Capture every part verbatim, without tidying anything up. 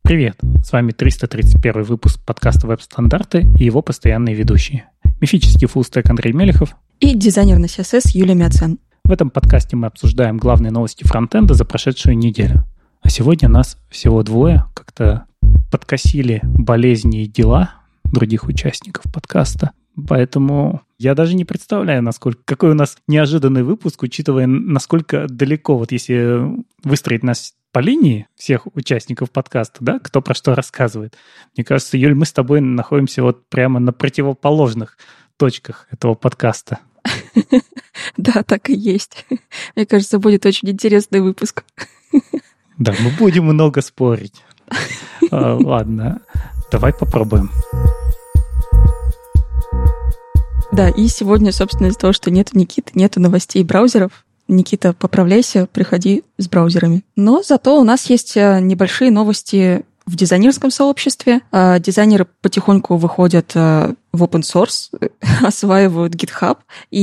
Привет! С вами триста тридцать первый выпуск подкаста «Веб-стандарты» и его постоянные ведущие. Мифический фуллстек Андрей Мелехов и дизайнер на си эс эс Юлия Мяцен. В этом подкасте мы обсуждаем главные новости фронтенда за прошедшую неделю. А сегодня нас всего двое, как-то подкосили болезни и дела других участников подкаста. Поэтому я даже не представляю, насколько, какой у нас неожиданный выпуск, учитывая, насколько далеко, вот если выстроить нас по линии всех участников подкаста, да, кто про что рассказывает. Мне кажется, Юль, мы с тобой находимся вот прямо на противоположных точках этого подкаста. Да, так и есть. Мне кажется, будет очень интересный выпуск. Да, мы будем много спорить. Ладно, давай попробуем. Да, и сегодня, собственно, из-за того, что нету Никиты, нету новостей браузеров, Никита, поправляйся, приходи с браузерами. Но зато у нас есть небольшие новости в дизайнерском сообществе. Дизайнеры потихоньку выходят в open source, осваивают GitHub,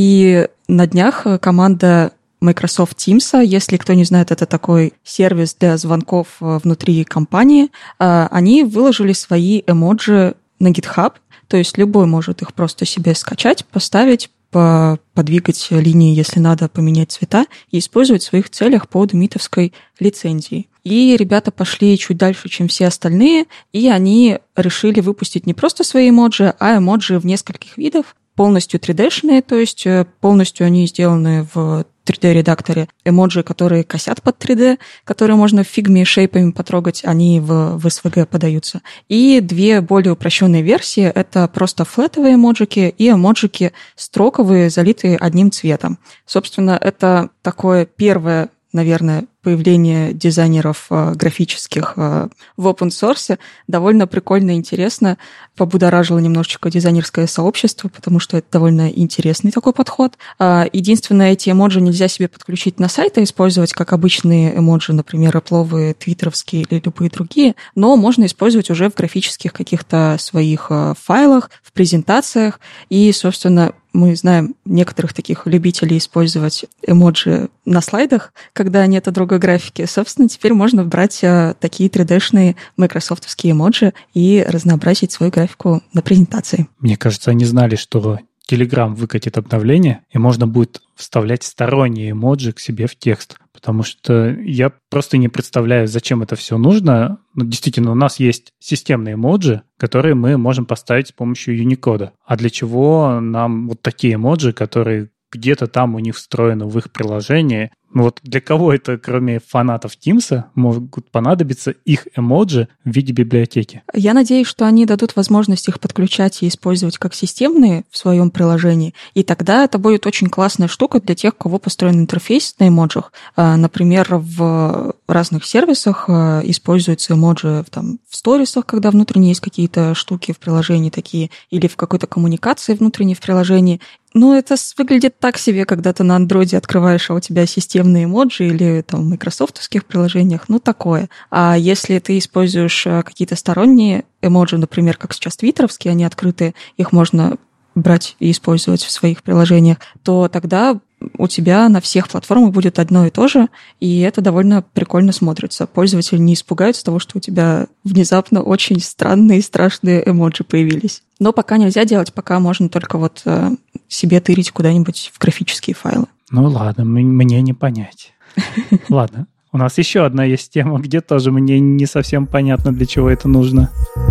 и на днях команда Microsoft Teams, если кто не знает, это такой сервис для звонков внутри компании, они выложили свои эмоджи на GitHub, то есть любой может их просто себе скачать, поставить, подвигать линии, если надо, поменять цвета и использовать в своих целях по демитовской лицензии. И ребята пошли чуть дальше, чем все остальные, и они решили выпустить не просто свои эмоджи, а эмоджи в нескольких видах, полностью три дэ-шные, то есть полностью они сделаны в три дэ-редакторе. Эмоджи, которые косят под три дэ, которые можно в фигме шейпами потрогать, они в, в эс ви джи подаются. И две более упрощенные версии — это просто флетовые эмоджики и эмоджики строковые, залитые одним цветом. Собственно, это такое первое, наверное, появление дизайнеров э, графических э, в open source. Довольно прикольно и интересно. Побудоражило немножечко дизайнерское сообщество, потому что это довольно интересный такой подход. Э, единственное, эти эмоджи нельзя себе подключить на сайт и использовать как обычные эмоджи, например, эпловые, твиттеровские или любые другие, но можно использовать уже в графических каких-то своих э, файлах, в презентациях. И, собственно, мы знаем некоторых таких любителей использовать эмоджи на слайдах, когда нет другой графики. Собственно, теперь можно брать а, такие три дэ-шные майкрософтовские эмоджи и разнообразить свою графику на презентации. Мне кажется, они знали, что Telegram выкатит обновление, и можно будет вставлять сторонние эмоджи к себе в текст. Потому что я просто не представляю, зачем это все нужно. Но действительно, у нас есть системные эмоджи, которые мы можем поставить с помощью Unicode. А для чего нам вот такие эмоджи, которые где-то там у них встроены в их приложении? Ну вот для кого это, кроме фанатов Teams, могут понадобиться их эмоджи в виде библиотеки? Я надеюсь, что они дадут возможность их подключать и использовать как системные в своем приложении, и тогда это будет очень классная штука для тех, у кого построен интерфейс на эмоджах. Например, в разных сервисах используются эмоджи там, в сторисах, когда внутренне есть какие-то штуки в приложении такие, или в какой-то коммуникации внутренней в приложении. Ну, это выглядит так себе, когда ты на андроиде открываешь, а у тебя системные эмоджи или там в майкрософтовских приложениях, ну, такое. А если ты используешь какие-то сторонние эмоджи, например, как сейчас твиттеровские, они открытые, их можно брать и использовать в своих приложениях, то тогда у тебя на всех платформах будет одно и то же, и это довольно прикольно смотрится. Пользователи не испугаются того, что у тебя внезапно очень странные и страшные эмоджи появились. Но пока нельзя делать, пока можно только вот э, себе тырить куда-нибудь в графические файлы. Ну ладно, мне не понять. Ладно, у нас еще одна есть тема, где тоже мне не совсем понятно, для чего это нужно.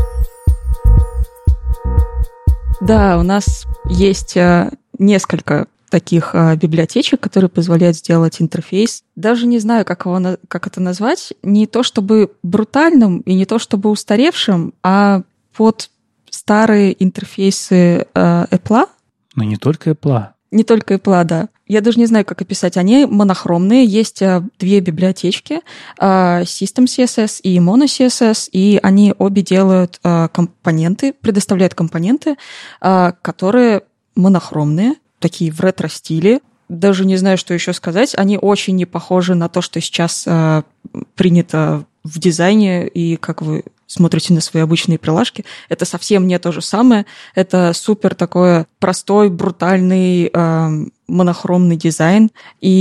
Да, у нас есть э, несколько таких а, библиотечек, которые позволяют сделать интерфейс. Даже не знаю, как, его, как это назвать. Не то чтобы брутальным и не то чтобы устаревшим, а под старые интерфейсы а, Apple. Но не только Apple. Не только Apple, да. Я даже не знаю, как описать. Они монохромные. Есть а, две библиотечки, а, System си эс эс и Mono си эс эс, и они обе делают а, компоненты, предоставляют компоненты, а, которые монохромные, такие в ретро-стиле. Даже не знаю, что еще сказать. Они очень не похожи на то, что сейчас э, принято в дизайне, и как вы смотрите на свои обычные приложки. Это совсем не то же самое. Это супер такой простой, брутальный, э, монохромный дизайн. И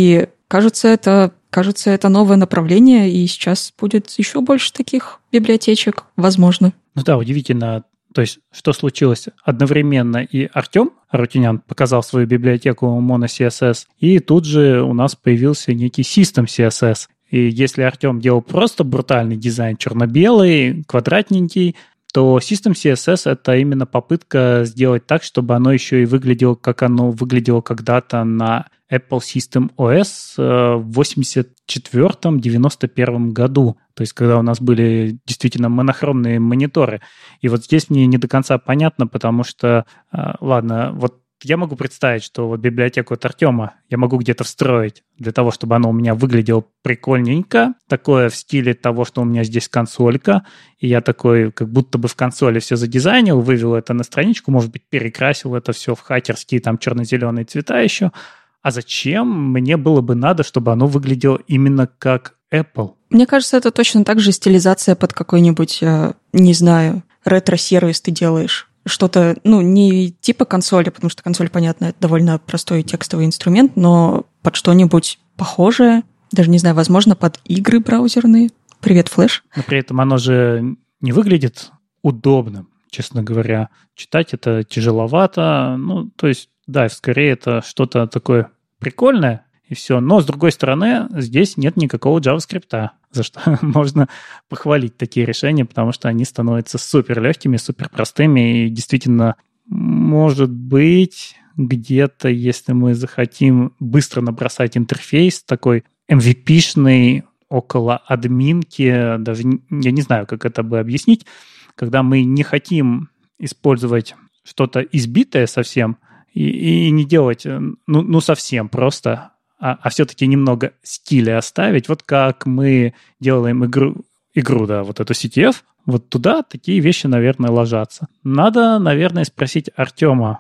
кажется, это, кажется, это новое направление, и сейчас будет еще больше таких библиотечек, возможно. Ну да, удивительно. То есть, что случилось? Одновременно и Артем Арутюнян показал свою библиотеку MonoCSS, и тут же у нас появился некий System си эс эс. И если Артем делал просто брутальный дизайн, черно-белый, квадратненький, то System си эс эс — это именно попытка сделать так, чтобы оно еще и выглядело, как оно выглядело когда-то на Apple System о эс в восемьдесят четвёртом — девяносто первом году. То есть, когда у нас были действительно монохромные мониторы. И вот здесь мне не до конца понятно, потому что, ладно, вот я могу представить, что вот библиотеку от Артема я могу где-то встроить для того, чтобы оно у меня выглядело прикольненько, такое в стиле того, что у меня здесь консолька, и я такой, как будто бы в консоли все задизайнил, вывел это на страничку, может быть, перекрасил это все в хакерские там черно-зеленые цвета еще. А зачем мне было бы надо, чтобы оно выглядело именно как Apple? Мне кажется, это точно так же стилизация под какой-нибудь, не знаю, ретро-сервис ты делаешь. Что-то, ну, не типа консоли, потому что консоль, понятно, это довольно простой текстовый инструмент, но под что-нибудь похожее, даже, не знаю, возможно, под игры браузерные. Привет, Flash. Но при этом оно же не выглядит удобным, честно говоря. Читать это тяжеловато. Ну, то есть, да, скорее это что-то такое прикольное, и все. Но, с другой стороны, здесь нет никакого JavaScript, за что можно похвалить такие решения, потому что они становятся супер легкими, супер простыми, и действительно, может быть, где-то, если мы захотим быстро набросать интерфейс такой эм ви пи-шный, около админки, даже я не знаю, как это бы объяснить, когда мы не хотим использовать что-то избитое совсем и, и не делать, ну, ну совсем просто, а, а все-таки немного стиля оставить. Вот как мы делаем игру, игру, да, вот эту си ти эф, вот туда такие вещи, наверное, ложатся. Надо, наверное, спросить Артема,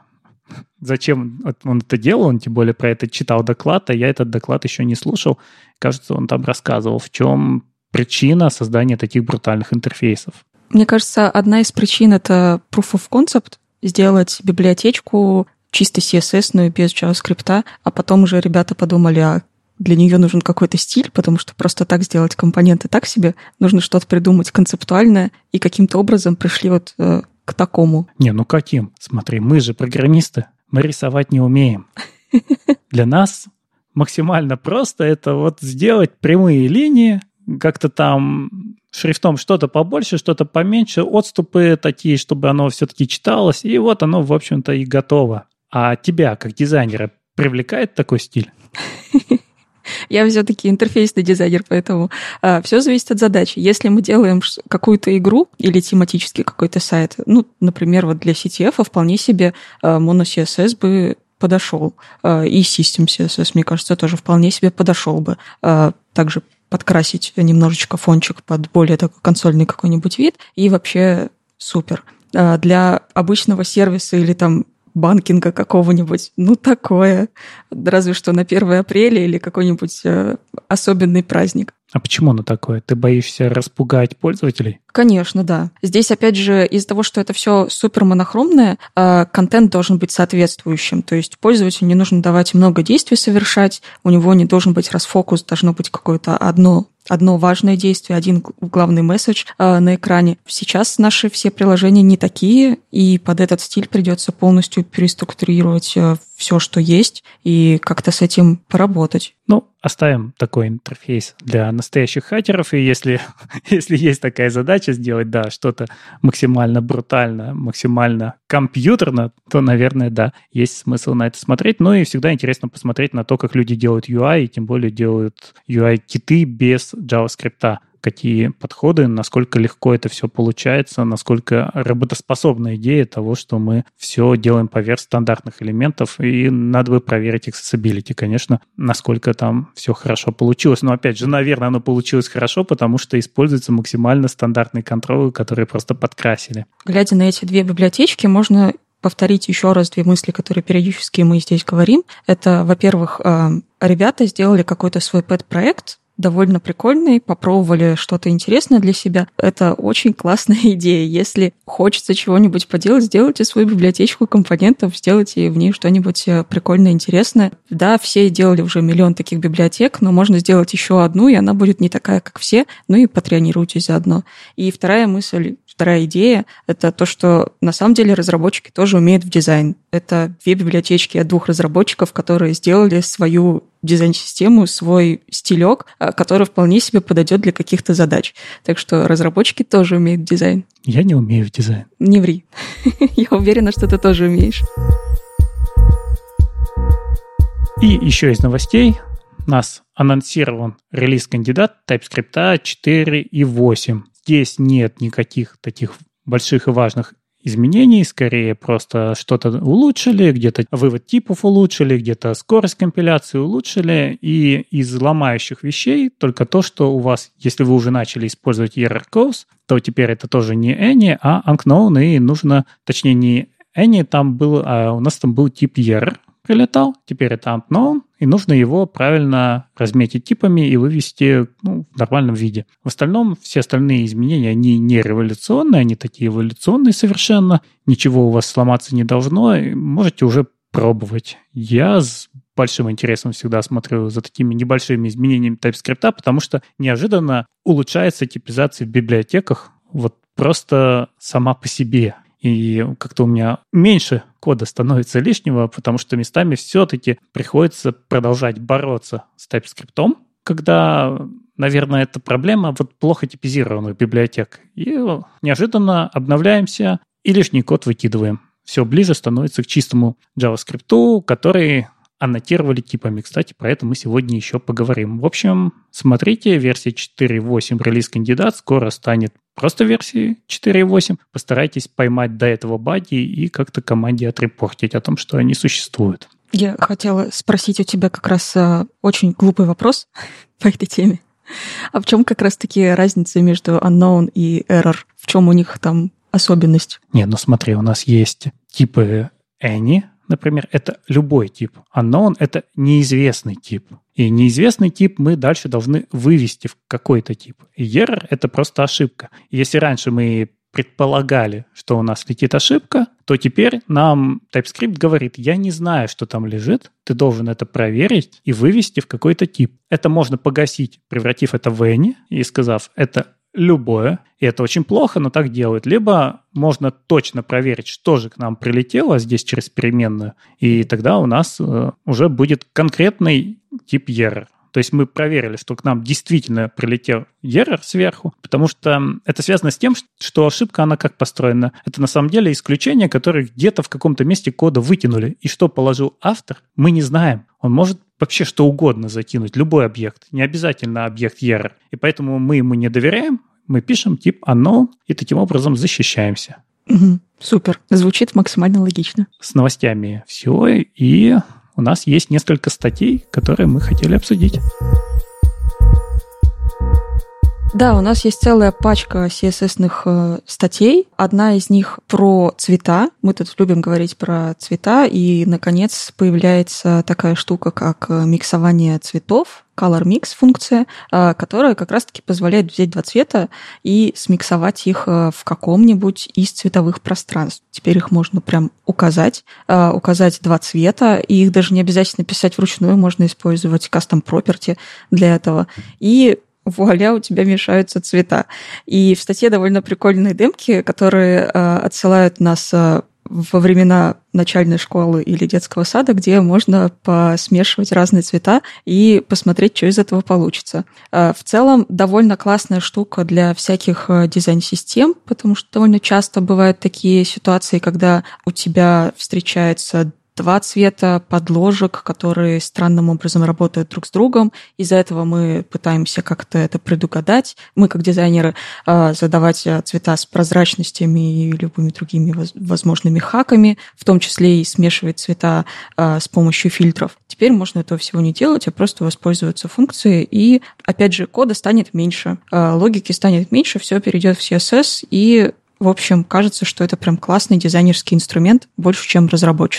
зачем он это делал, он тем более про это читал доклад, а я этот доклад еще не слушал. Кажется, он там рассказывал, в чем причина создания таких брутальных интерфейсов. Мне кажется, одна из причин — это proof of concept, сделать библиотечку чисто си эс эс-ную, без JavaScript, а потом уже ребята подумали, а для нее нужен какой-то стиль, потому что просто так сделать компоненты так себе, нужно что-то придумать концептуальное, и каким-то образом пришли вот э, к такому. Не, ну каким? Смотри, мы же программисты, мы рисовать не умеем. Для нас максимально просто это вот сделать прямые линии, как-то там шрифтом что-то побольше, что-то поменьше, отступы такие, чтобы оно все-таки читалось, и вот оно, в общем-то, и готово. А тебя, как дизайнера, привлекает такой стиль? Я все-таки интерфейсный дизайнер, поэтому а, все зависит от задачи. Если мы делаем какую-то игру или тематический какой-то сайт, ну, например, вот для си ти эф вполне себе а, MonoCSS бы подошел. А, и System си эс эс, мне кажется, тоже вполне себе подошел бы. А, также подкрасить немножечко фончик под более такой консольный какой-нибудь вид, и вообще супер. А, для обычного сервиса или там банкинга какого-нибудь, ну, такое. Разве что на первое апреля или какой-нибудь э, особенный праздник. А почему оно такое? Ты боишься распугать пользователей? Конечно, да. Здесь, опять же, из-за того, что это все супер монохромное, э, контент должен быть соответствующим. То есть пользователю не нужно давать много действий совершать, у него не должен быть расфокус, должно быть какое-то одно Одно важное действие, один главный месседж э, на экране. Сейчас наши все приложения не такие, и под этот стиль придется полностью переструктурировать э, все, что есть, и как-то с этим поработать. Ну, оставим такой интерфейс для настоящих хакеров, и если, если есть такая задача сделать, да, что-то максимально брутально, максимально компьютерно, то, наверное, да, есть смысл на это смотреть. Ну и всегда интересно посмотреть на то, как люди делают ю ай, и тем более делают ю ай-киты без JavaScript. Какие подходы, насколько легко это все получается, насколько работоспособна идея того, что мы все делаем поверх стандартных элементов, и надо бы проверить accessibility, конечно, насколько там все хорошо получилось. Но, опять же, наверное, оно получилось хорошо, потому что используются максимально стандартные контролы, которые просто подкрасили. Глядя на эти две библиотечки, можно повторить еще раз две мысли, которые периодически мы здесь говорим. Это, во-первых, ребята сделали какой-то свой пэт-проект, довольно прикольный, попробовали что-то интересное для себя. Это очень классная идея. Если хочется чего-нибудь поделать, сделайте свою библиотечку компонентов, сделайте в ней что-нибудь прикольное, интересное. Да, все делали уже миллион таких библиотек, но можно сделать еще одну, и она будет не такая, как все, ну и потренируйтесь заодно. И вторая мысль, вторая идея — это то, что на самом деле разработчики тоже умеют в дизайн. Это две библиотечки от двух разработчиков, которые сделали свою дизайн-систему, свой стилек, который вполне себе подойдет для каких-то задач. Так что разработчики тоже умеют в дизайн. Я не умею в дизайн. Не ври. Я уверена, что ты тоже умеешь. И еще из новостей. У нас анонсирован релиз-кандидат TypeScript четыре и восемь. Здесь нет никаких таких больших и важных изменений, скорее просто что-то улучшили, где-то вывод типов улучшили, где-то скорость компиляции улучшили, и из ломающих вещей только то, что у вас, если вы уже начали использовать error codes, то теперь это тоже не any, а unknown, и нужно, точнее не any, там был, а у нас там был тип error, прилетал, теперь это unknown, и нужно его правильно разметить типами и вывести ну, в нормальном виде. В остальном, все остальные изменения, они не революционные, они такие эволюционные совершенно, ничего у вас сломаться не должно, можете уже пробовать. Я с большим интересом всегда смотрю за такими небольшими изменениями TypeScript, потому что неожиданно улучшается типизация в библиотеках вот просто сама по себе. И как-то у меня меньше кода становится лишнего, потому что местами все-таки приходится продолжать бороться с TypeScript, когда, наверное, это проблема вот плохо типизированных библиотек. И неожиданно обновляемся и лишний код выкидываем. Все ближе становится к чистому JavaScript, который аннотировали типами. Кстати, про это мы сегодня еще поговорим. В общем, смотрите, версия четыре точка восемь релиз-кандидат скоро станет просто версией четыре точка восемь. Постарайтесь поймать до этого баги и как-то команде отрепортить о том, что они существуют. Я хотела спросить у тебя как раз а, очень глупый вопрос по этой теме. А в чем как раз-таки разница между unknown и error? В чем у них там особенность? Не, ну смотри, у нас есть типы any, например, это любой тип. Unknown — это неизвестный тип. И неизвестный тип мы дальше должны вывести в какой-то тип. И error — это просто ошибка. И если раньше мы предполагали, что у нас летит ошибка, то теперь нам TypeScript говорит, я не знаю, что там лежит, ты должен это проверить и вывести в какой-то тип. Это можно погасить, превратив это в any и сказав, это любое, и это очень плохо, но так делают. Либо можно точно проверить, что же к нам прилетело здесь через переменную, и тогда у нас э, уже будет конкретный тип error. То есть мы проверили, что к нам действительно прилетел error сверху, потому что это связано с тем, что ошибка, она как построена. Это на самом деле исключение, которое где-то в каком-то месте кода вытянули. И что положил автор, мы не знаем. Он может вообще что угодно закинуть, любой объект, не обязательно объект error. И поэтому мы ему не доверяем, мы пишем тип unknown и таким образом защищаемся. Угу, супер, звучит максимально логично. С новостями все, и у нас есть несколько статей, которые мы хотели обсудить. Да, у нас есть целая пачка си эс эс-ных э, статей. Одна из них про цвета. Мы тут любим говорить про цвета. И, наконец, появляется такая штука, как миксование цветов, Color Mix функция, э, которая как раз-таки позволяет взять два цвета и смиксовать их э, в каком-нибудь из цветовых пространств. Теперь их можно прям указать, э, указать два цвета, и их даже не обязательно писать вручную, можно использовать custom property для этого. И вуаля, у тебя мешаются цвета. И в статье довольно прикольные демки, которые э, отсылают нас э, во времена начальной школы или детского сада, где можно посмешивать разные цвета и посмотреть, что из этого получится. Э, в целом, довольно классная штука для всяких э, дизайн-систем, потому что довольно часто бывают такие ситуации, когда у тебя встречается два цвета подложек, которые странным образом работают друг с другом. Из-за этого мы пытаемся как-то это предугадать. Мы, как дизайнеры, задавать цвета с прозрачностями и любыми другими возможными хаками, в том числе и смешивать цвета с помощью фильтров. Теперь можно этого всего не делать, а просто воспользоваться функцией, и, опять же, кода станет меньше, логики станет меньше, все перейдет в си эс эс, и в общем, кажется, что это прям классный дизайнерский инструмент, больше, чем разработческий.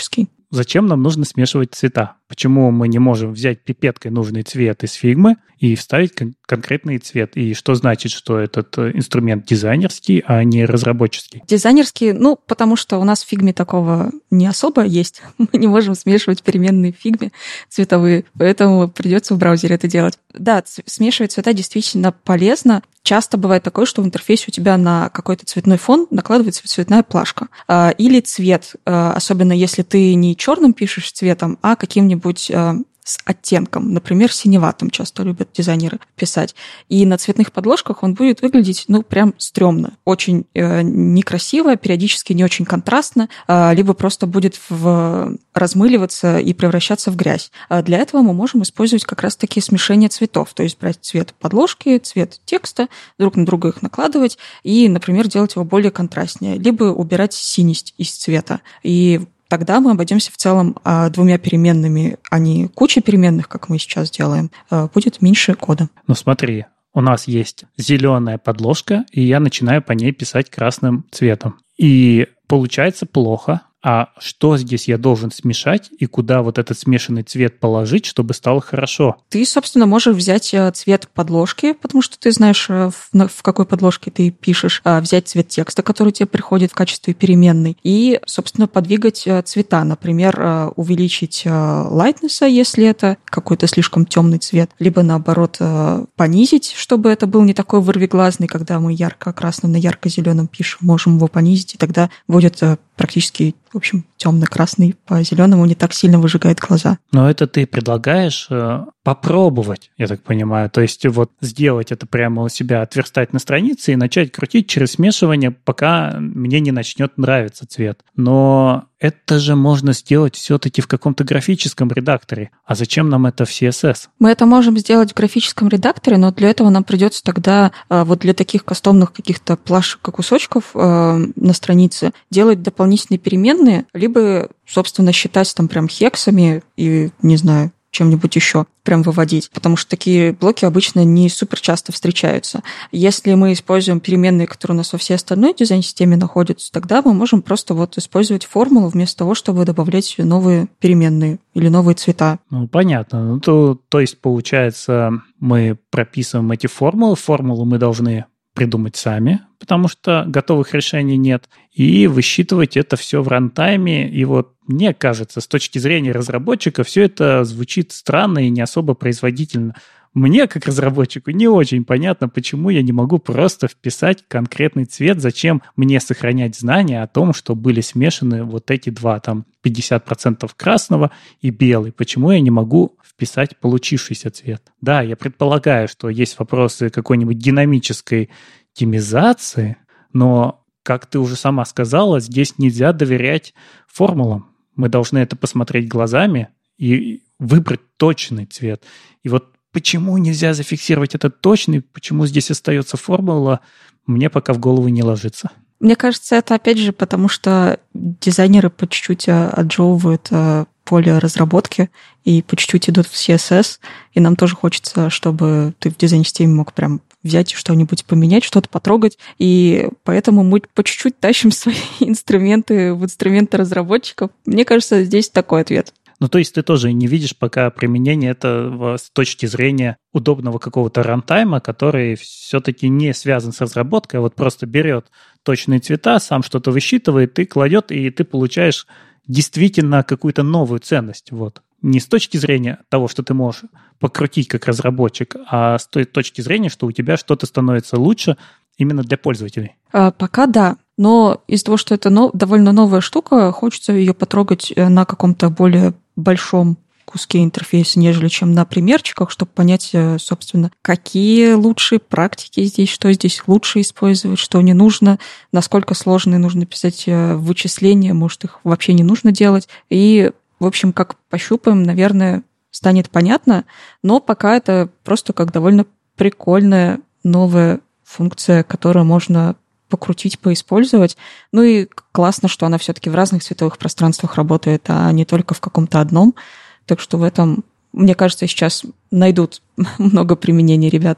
зачем нам нужно смешивать цвета? Почему мы не можем взять пипеткой нужный цвет из фигмы и вставить кон- конкретный цвет? И что значит, что этот инструмент дизайнерский, а не разработческий? Дизайнерский, ну, потому что у нас в фигме такого не особо есть. Мы не можем смешивать переменные в фигме цветовые, поэтому придется в браузере это делать. Да, ц- смешивать цвета действительно полезно. Часто бывает такое, что в интерфейсе у тебя на какой-то цветной фон накладывается цветная плашка. Или цвет, особенно если ты не черным пишешь цветом, а каким-нибудь с оттенком. Например, синеватым часто любят дизайнеры писать. И на цветных подложках он будет выглядеть, ну, прям стрёмно. Очень э, некрасиво, периодически не очень контрастно, э, либо просто будет в, размыливаться и превращаться в грязь. А для этого мы можем использовать как раз-таки смешение цветов, то есть брать цвет подложки, цвет текста, друг на друга их накладывать и, например, делать его более контрастнее, либо убирать синость из цвета. И тогда мы обойдемся в целом двумя переменными, а не кучей переменных, как мы сейчас делаем. Будет меньше кода. Ну смотри, у нас есть зеленая подложка, и я начинаю по ней писать красным цветом. И получается плохо. А что здесь я должен смешать и куда вот этот смешанный цвет положить, чтобы стало хорошо? Ты, собственно, можешь взять цвет подложки, потому что ты знаешь, в, в какой подложке ты пишешь, взять цвет текста, который тебе приходит в качестве переменной, и, собственно, подвигать цвета. Например, увеличить lightness, если это какой-то слишком темный цвет, либо, наоборот, понизить, чтобы это был не такой вырвиглазный, когда мы ярко-красным на ярко-зеленом пишем, можем его понизить, и тогда будет практически, в общем, темно-красный по зеленому не так сильно выжигает глаза. Но это ты предлагаешь э, попробовать, я так понимаю. То есть вот сделать это прямо у себя, отверстать на странице и начать крутить через смешивание, пока мне не начнет нравиться цвет. Но это же можно сделать все-таки в каком-то графическом редакторе. А зачем нам это в си эс эс? Мы это можем сделать в графическом редакторе, но для этого нам придется тогда вот для таких кастомных каких-то плашек и кусочков на странице делать дополнительные переменные, либо, собственно, считать там прям хексами и, не знаю, чем-нибудь еще прям выводить, потому что такие блоки обычно не супер часто встречаются. Если мы используем переменные, которые у нас во всей остальной дизайн-системе находятся, тогда мы можем просто вот использовать формулу вместо того, чтобы добавлять новые переменные или новые цвета. Ну, понятно. Ну, то, то есть, получается, мы прописываем эти формулы. Формулу мы должны придумать сами, потому что готовых решений нет, и высчитывать это все в рантайме. И вот мне кажется, с точки зрения разработчика, все это звучит странно и не особо производительно. Мне, как разработчику, не очень понятно, почему я не могу просто вписать конкретный цвет, зачем мне сохранять знания о том, что были смешаны вот эти два, там, пятьдесят процентов красного и белый. Почему я не могу вписать получившийся цвет? Да, я предполагаю, что есть вопросы какой-нибудь динамической темизации, но, как ты уже сама сказала, здесь нельзя доверять формулам. Мы должны это посмотреть глазами и выбрать точный цвет. И вот почему нельзя зафиксировать этот точный, почему здесь остается формула, мне пока в голову не ложится. Мне кажется, это опять же потому, что дизайнеры по чуть-чуть отжевывают поле разработки и по чуть-чуть идут в си эс эс, и нам тоже хочется, чтобы ты в дизайн-системе мог прям взять что-нибудь поменять, что-то потрогать, и поэтому мы по чуть-чуть тащим свои инструменты в инструменты разработчиков. Мне кажется, здесь такой ответ. Ну, то есть ты тоже не видишь пока применения этого с точки зрения удобного какого-то рантайма, который все-таки не связан с разработкой, а вот просто берет точные цвета, сам что-то высчитывает и кладет, и ты получаешь действительно какую-то новую ценность. Вот. Не с точки зрения того, что ты можешь покрутить как разработчик, а с той точки зрения, что у тебя что-то становится лучше именно для пользователей. А, пока да. Но из-за того, что это но, довольно новая штука, хочется ее потрогать на каком-то более большом куске интерфейса, нежели чем на примерчиках, чтобы понять, собственно, какие лучшие практики здесь, что здесь лучше использовать, что не нужно, насколько сложно нужно писать вычисления, может, их вообще не нужно делать. И, в общем, как пощупаем, наверное, станет понятно, но пока это просто как довольно прикольная новая функция, которую можно покрутить, поиспользовать. Ну и классно, что она все-таки в разных цветовых пространствах работает, а не только в каком-то одном. Так что в этом, мне кажется, сейчас найдут много применений ребята.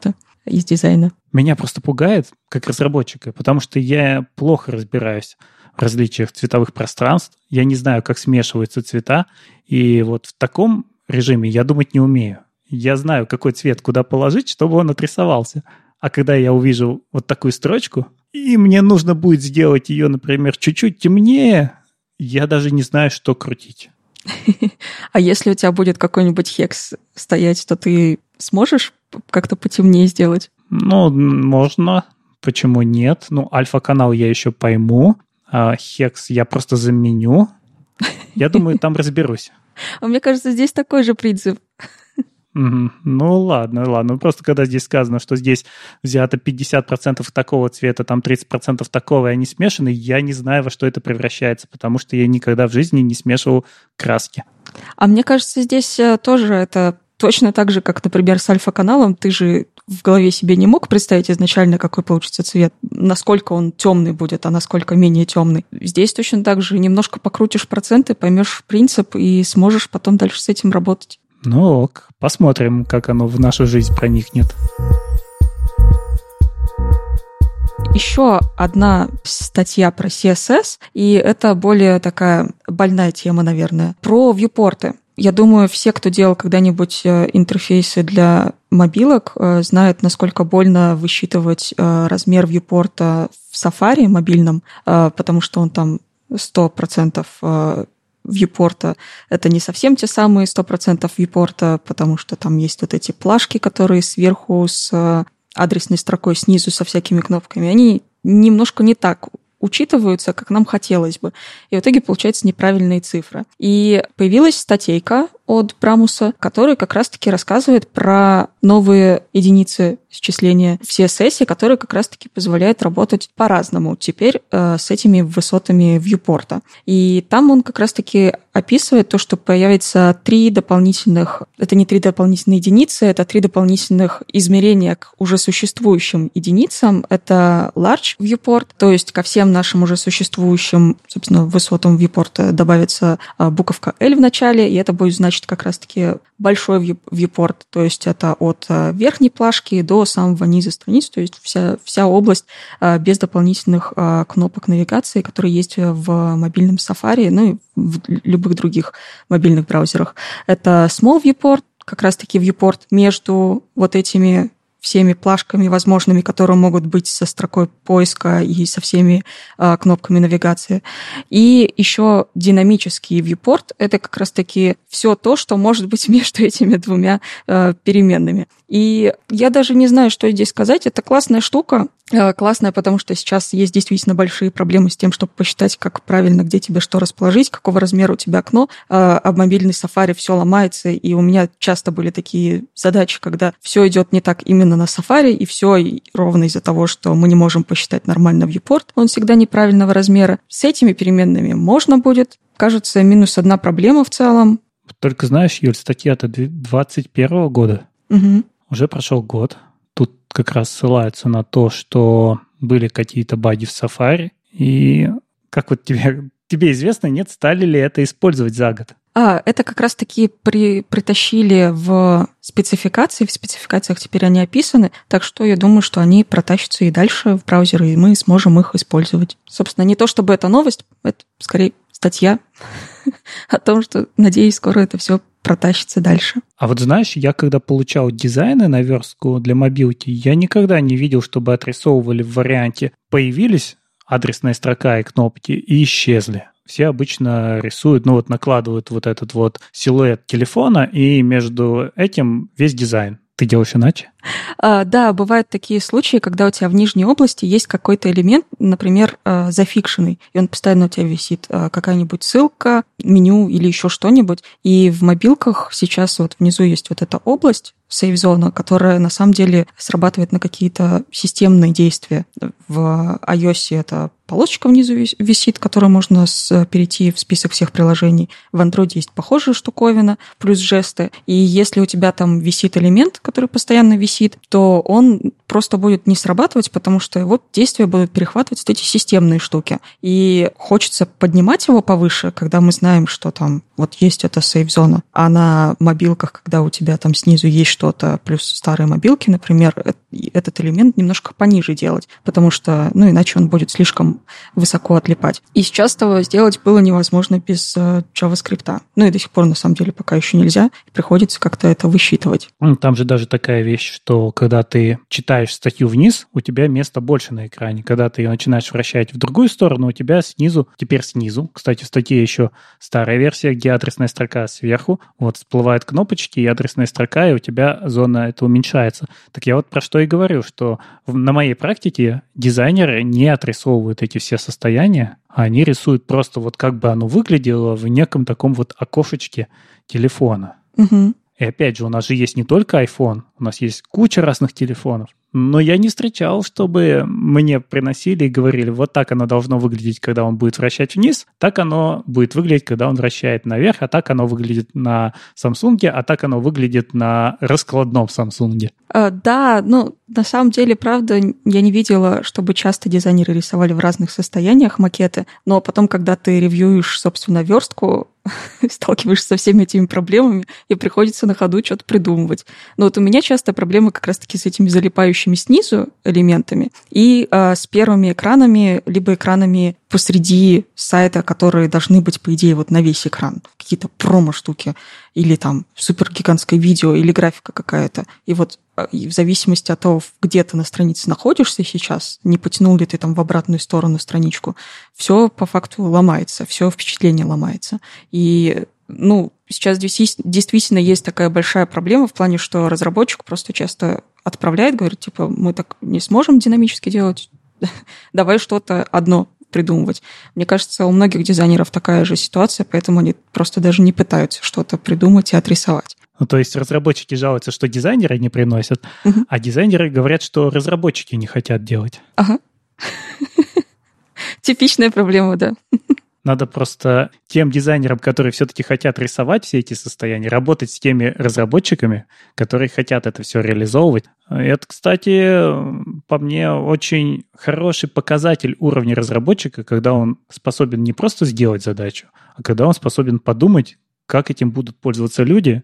из дизайна. Меня просто пугает, как разработчика, потому что я плохо разбираюсь в различиях цветовых пространств, я не знаю, как смешиваются цвета, и вот в таком режиме я думать не умею. Я знаю, какой цвет куда положить, чтобы он отрисовался. А когда я увижу вот такую строчку, и мне нужно будет сделать ее, например, чуть-чуть темнее, я даже не знаю, что крутить. А если у тебя будет какой-нибудь хекс стоять, то ты сможешь как-то потемнее сделать? Ну, можно. Почему нет? Ну, альфа-канал я еще пойму, а хекс я просто заменю. Я думаю, там разберусь. А мне кажется, здесь такой же принцип. Mm-hmm. Ну, ладно, ладно. Просто когда здесь сказано, что здесь взято пятьдесят процентов такого цвета, там тридцать процентов такого, и они смешаны, я не знаю, во что это превращается, потому что я никогда в жизни не смешивал краски. А мне кажется, здесь тоже это точно так же, как, например, с альфа-каналом. Ты же в голове себе не мог представить изначально, какой получится цвет, насколько он темный будет, а насколько менее темный. Здесь точно так же немножко покрутишь проценты, поймешь принцип и сможешь потом дальше с этим работать. Ну ок, посмотрим, как оно в нашу жизнь проникнет. Еще одна статья про си эс эс, и это более такая больная тема, наверное, про вьюпорты. Я думаю, все, кто делал когда-нибудь интерфейсы для мобилок, знают, насколько больно высчитывать размер вьюпорта в Safari мобильном, потому что он там сто процентов вьюпорта. Это не совсем те самые сто процентов вьюпорта, потому что там есть вот эти плашки, которые сверху с адресной строкой, снизу со всякими кнопками. Они немножко не так учитываются, как нам хотелось бы. И в итоге получаются неправильные цифры. И появилась статейка от Брамуса, который как раз-таки рассказывает про новые единицы счисления в си эс эс, которые как раз-таки позволяют работать по-разному теперь э, с этими высотами вьюпорта. И там он как раз-таки описывает то, что появится три дополнительных, это не три дополнительные единицы, это три дополнительных измерения к уже существующим единицам. Это large viewport, то есть ко всем нашим уже существующим, собственно, высотам viewport добавится буковка L в начале, и это будет значить как раз-таки большой viewport, то есть это от верхней плашки до самого низа страниц, то есть вся, вся область без дополнительных кнопок навигации, которые есть в мобильном Safari, ну и в любых других мобильных браузерах. Это small viewport, как раз-таки viewport между вот этими всеми плашками возможными, которые могут быть со строкой поиска и со всеми э, кнопками навигации. И еще динамический viewport — это как раз-таки все то, что может быть между этими двумя э, переменными. И я даже не знаю, что здесь сказать. Это классная штука. Э, классная, потому что сейчас есть действительно большие проблемы с тем, чтобы посчитать, как правильно, где тебе что расположить, какого размера у тебя окно. Э, а в мобильной Safari все ломается, и у меня часто были такие задачи, когда все идет не так именно на Safari, и все и ровно из-за того, что мы не можем посчитать нормально viewport, он всегда неправильного размера. С этими переменными можно будет. Кажется, минус одна проблема в целом. Только знаешь, Юль, статья-то двадцать первого года. Угу. Уже прошел год. Тут как раз ссылаются на то, что были какие-то баги в Safari. И как вот тебе, тебе известно, нет, стали ли это использовать за год? А, это как раз-таки при, притащили в спецификации, в спецификациях теперь они описаны, так что я думаю, что они протащатся и дальше в браузеры, и мы сможем их использовать. Собственно, не то чтобы это новость, это скорее статья о том, что, надеюсь, скоро это все протащится дальше. А вот знаешь, я когда получал дизайны на верстку для мобилки, я никогда не видел, чтобы отрисовывали в варианте «появились адресная строка и кнопки» и исчезли. Все обычно рисуют, ну вот накладывают вот этот вот силуэт телефона, и между этим весь дизайн. Ты делаешь иначе? А, да, бывают такие случаи, когда у тебя в нижней области есть какой-то элемент, например, зафикшенный, и он постоянно у тебя висит, какая-нибудь ссылка, меню или еще что-нибудь. И в мобилках сейчас вот внизу есть вот эта область, сейф-зона, которая на самом деле срабатывает на какие-то системные действия. В iOS это полосочка внизу висит, которая можно с, перейти в список всех приложений. В Android есть похожая штуковина, плюс жесты. И если у тебя там висит элемент, который постоянно висит, то он просто будет не срабатывать, потому что его действия будут перехватывать вот эти системные штуки. И хочется поднимать его повыше, когда мы знаем, что там вот есть эта сейф-зона. А на мобилках, когда у тебя там снизу есть что-то, плюс старые мобилки, например, этот элемент немножко пониже делать, потому что, ну, иначе он будет слишком высоко отлипать. И сейчас этого сделать было невозможно без JavaScript. Ну, и до сих пор, на самом деле, пока еще нельзя. Приходится как-то это высчитывать. Там же даже такая вещь, что когда ты читаешь статью вниз, у тебя места больше на экране. Когда ты ее начинаешь вращать в другую сторону, у тебя снизу, теперь снизу, кстати, в статье еще старая версия, где адресная строка сверху, вот всплывают кнопочки, и адресная строка, и у тебя зона это уменьшается. Так я вот про что и говорю, что на моей практике дизайнеры не отрисовывают эти все состояния, а они рисуют просто вот как бы оно выглядело в неком таком вот окошечке телефона. Угу. И опять же, у нас же есть не только iPhone, у нас есть куча разных телефонов. Но я не встречал, чтобы мне приносили и говорили, вот так оно должно выглядеть, когда он будет вращать вниз, так оно будет выглядеть, когда он вращает наверх, а так оно выглядит на Samsung, а так оно выглядит на раскладном Samsung. А, да, ну, на самом деле, правда, я не видела, чтобы часто дизайнеры рисовали в разных состояниях макеты, но потом, когда ты ревьюешь, собственно, верстку, сталкиваешься со всеми этими проблемами, и приходится на ходу что-то придумывать. Но вот у меня часто проблемы как раз-таки с этими залипающими снизу элементами и э, с первыми экранами, либо экранами посреди сайта, которые должны быть, по идее, вот на весь экран. Какие-то промо-штуки, или там супергигантское видео, или графика какая-то. И вот и в зависимости от того, где ты на странице находишься сейчас, не потянул ли ты там в обратную сторону страничку, все по факту ломается, все впечатление ломается. И, ну, сейчас действительно есть такая большая проблема в плане, что разработчик просто часто отправляет, говорит, типа, мы так не сможем динамически делать, давай что-то одно придумывать. Мне кажется, у многих дизайнеров такая же ситуация, поэтому они просто даже не пытаются что-то придумать и отрисовать. Ну, то есть разработчики жалуются, что дизайнеры не приносят, угу. а дизайнеры говорят, что разработчики не хотят делать. Ага. Типичная проблема, да. Надо просто тем дизайнерам, которые все-таки хотят рисовать все эти состояния, работать с теми разработчиками, которые хотят это все реализовывать. Это, кстати, по мне, очень хороший показатель уровня разработчика, когда он способен не просто сделать задачу, а когда он способен подумать, как этим будут пользоваться люди,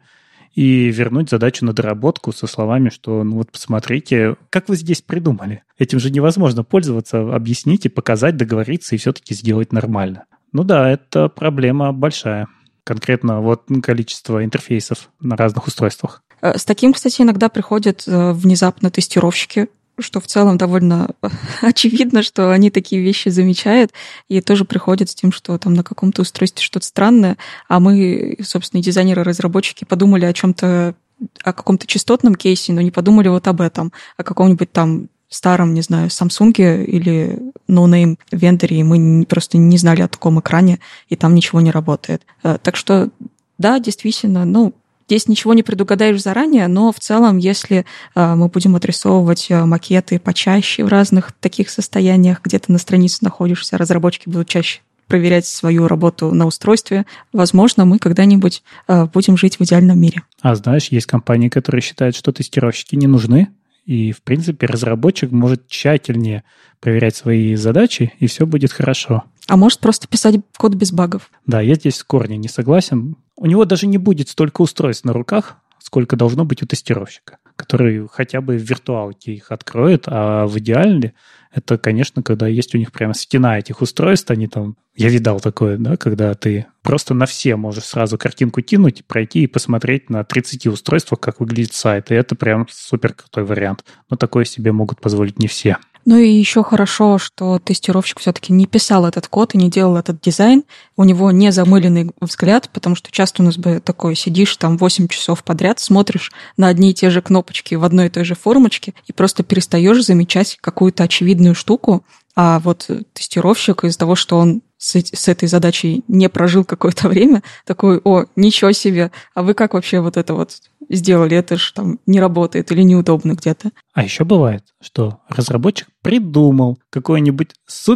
и вернуть задачу на доработку со словами, что, ну вот посмотрите, как вы здесь придумали. Этим же невозможно пользоваться, объяснить и показать, договориться и все-таки сделать нормально. Ну да, это проблема большая. Конкретно вот количество интерфейсов на разных устройствах. С таким, кстати, иногда приходят внезапно тестировщики, что в целом довольно очевидно, что они такие вещи замечают и тоже приходят с тем, что там на каком-то устройстве что-то странное, а мы, собственно, дизайнеры-разработчики подумали о чем-то, о каком-то частотном кейсе, но не подумали вот об этом, о каком-нибудь там старом, не знаю, Samsung или no-name вендоре, и мы просто не знали о таком экране, и там ничего не работает. Так что, да, действительно, ну, здесь ничего не предугадаешь заранее, но в целом, если э, мы будем отрисовывать макеты почаще в разных таких состояниях, где ты на странице находишься, разработчики будут чаще проверять свою работу на устройстве, возможно, мы когда-нибудь э, будем жить в идеальном мире. А знаешь, есть компании, которые считают, что тестировщики не нужны, и, в принципе, разработчик может тщательнее проверять свои задачи, и все будет хорошо. А может просто писать код без багов. Да, я здесь в корне не согласен. У него даже не будет столько устройств на руках, сколько должно быть у тестировщика, который хотя бы в виртуалке их откроет, а в идеале это, конечно, когда есть у них прямо стена этих устройств, они там... Я видал такое, да, когда ты просто на все можешь сразу картинку кинуть, пройти и посмотреть на тридцати устройствах, как выглядит сайт. И это прям супер крутой вариант. Но такое себе могут позволить не все. Ну и еще хорошо, что тестировщик все-таки не писал этот код и не делал этот дизайн. У него не замыленный взгляд, потому что часто у нас бы такой сидишь там восемь часов подряд, смотришь на одни и те же кнопочки в одной и той же формочке и просто перестаешь замечать какую-то очевидную штуку. А вот тестировщик из-за того, что он с, с этой задачей не прожил какое-то время, такой, о, ничего себе, а вы как вообще вот это вот сделали? Это же там не работает или неудобно где-то. А еще бывает, что разработчик придумал какой-нибудь супер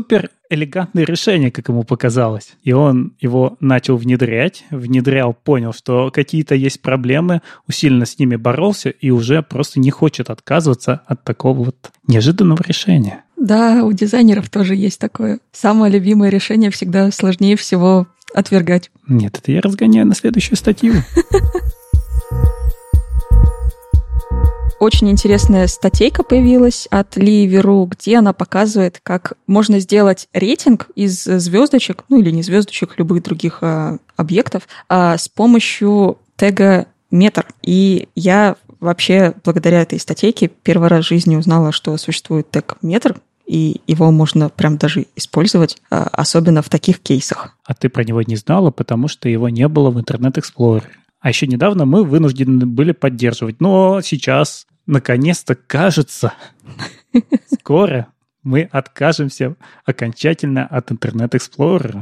элегантное решение, как ему показалось. И он его начал внедрять, внедрял, понял, что какие-то есть проблемы, усиленно с ними боролся и уже просто не хочет отказываться от такого вот неожиданного решения. Да, у дизайнеров тоже есть такое. Самое любимое решение всегда сложнее всего отвергать. Нет, это я разгоняю на следующую статью. Очень интересная статейка появилась от Ли Веру, где она показывает, как можно сделать рейтинг из звездочек, ну или не звездочек, любых других а, объектов, а, с помощью тега метр. И я вообще благодаря этой статейке первый раз в жизни узнала, что существует тег метр, и его можно прям даже использовать, а, особенно в таких кейсах. А ты про него не знала, потому что его не было в Internet Explorer. А еще недавно мы вынуждены были поддерживать. Но сейчас, наконец-то, кажется, скоро мы откажемся окончательно от Internet Explorer.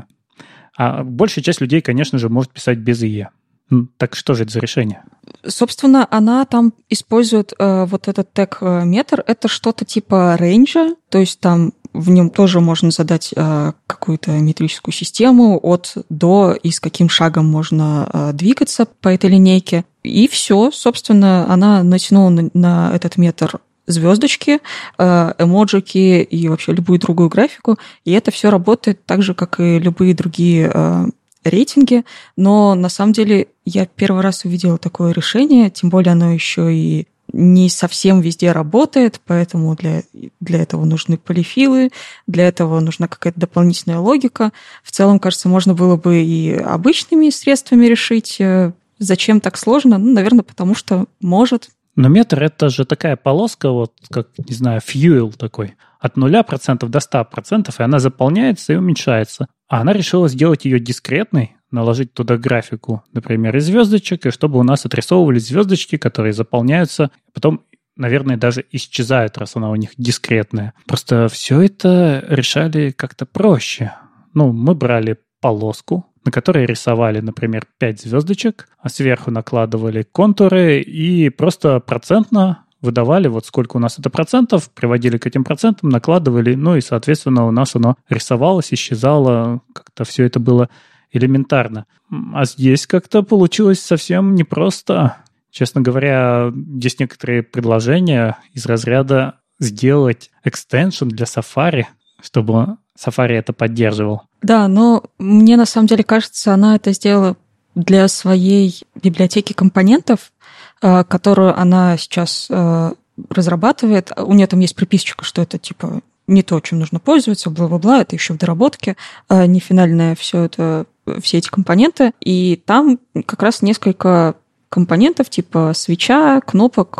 А большая часть людей, конечно же, может писать без и и. Так что же это за решение? Собственно, она там использует э, вот этот тег метр. Это что-то типа рейнджа, то есть там в нем тоже можно задать э, какую-то метрическую систему от до и с каким шагом можно э, двигаться по этой линейке. И все, собственно, она натянула на, на этот метр звездочки, э, эмоджики и вообще любую другую графику. И это все работает так же, как и любые другие э, рейтинги. Но на самом деле я первый раз увидела такое решение, тем более оно еще и не совсем везде работает, поэтому для, для этого нужны полифилы, для этого нужна какая-то дополнительная логика. В целом, кажется, можно было бы и обычными средствами решить. Зачем так сложно? Ну, наверное, потому что может. Но метр — это же такая полоска, вот как, не знаю, fuel такой, от нуля процентов до ста процентов, и она заполняется и уменьшается. А она решила сделать ее дискретной, наложить туда графику, например, из звездочек, и чтобы у нас отрисовывались звездочки, которые заполняются, потом, наверное, даже исчезают, раз она у них дискретная. Просто все это решали как-то проще. Ну, мы брали полоску, на которой рисовали, например, пять звездочек, а сверху накладывали контуры и просто процентно выдавали, вот сколько у нас это процентов, приводили к этим процентам, накладывали, ну и, соответственно, у нас оно рисовалось, исчезало, как-то все это было элементарно. А здесь как-то получилось совсем непросто. Честно говоря, здесь некоторые предложения из разряда сделать экстеншн для Safari, чтобы Safari это поддерживал. Да, но мне на самом деле кажется, она это сделала для своей библиотеки компонентов, которую она сейчас разрабатывает. У нее там есть приписочка, что это типа не то, чем нужно пользоваться, бла-бла-бла, это еще в доработке, не финальное все это, все эти компоненты. И там как раз несколько компонентов типа свеча, кнопок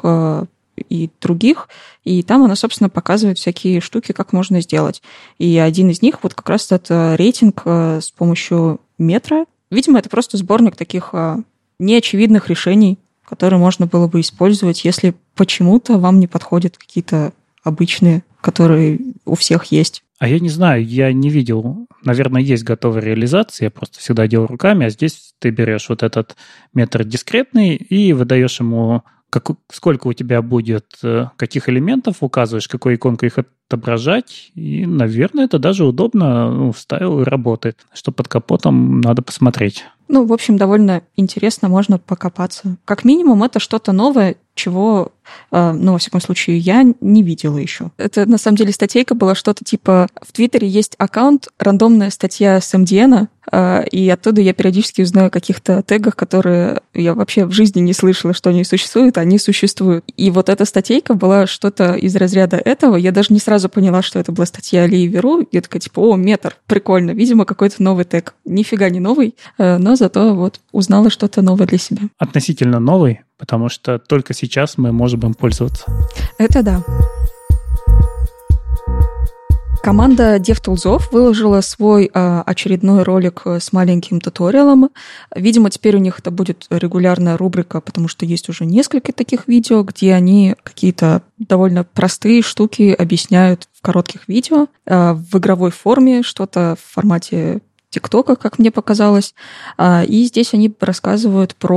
и других, и там она, собственно, показывает всякие штуки, как можно сделать. И один из них вот как раз это рейтинг с помощью метра. Видимо, это просто сборник таких неочевидных решений, которые можно было бы использовать, если почему-то вам не подходят какие-то обычные, которые у всех есть. А я не знаю, я не видел. Наверное, есть готовая реализация, я просто всегда делаю руками, а здесь ты берешь вот этот метр дискретный и выдаешь ему, как, сколько у тебя будет, каких элементов, указываешь, какой иконкой их отображать, и, наверное, это даже удобно, ну, вставил и работает. Что под капотом, надо посмотреть. Ну, в общем, довольно интересно, можно покопаться. Как минимум, это что-то новое, чего, ну, во всяком случае, я не видела еще. Это, на самом деле, статейка была что-то типа... В Твиттере есть аккаунт, рандомная статья с эм ди эн, и оттуда я периодически узнаю о каких-то тегах, которые я вообще в жизни не слышала, что они существуют, а они существуют. И вот эта статейка была что-то из разряда этого. Я даже не сразу поняла, что это была статья Ли Веру. Я такая, типа, о, метр, прикольно. Видимо, какой-то новый тег. Нифига не новый, но зато вот узнала что-то новое для себя. Относительно новый, потому что только сейчас мы можем им пользоваться. Это да. Команда DevTools выложила свой а, очередной ролик с маленьким туториалом. Видимо, теперь у них это будет регулярная рубрика, потому что есть уже несколько таких видео, где они какие-то довольно простые штуки объясняют в коротких видео, а, в игровой форме, что-то в формате ТикТока, как мне показалось. А, и здесь они рассказывают про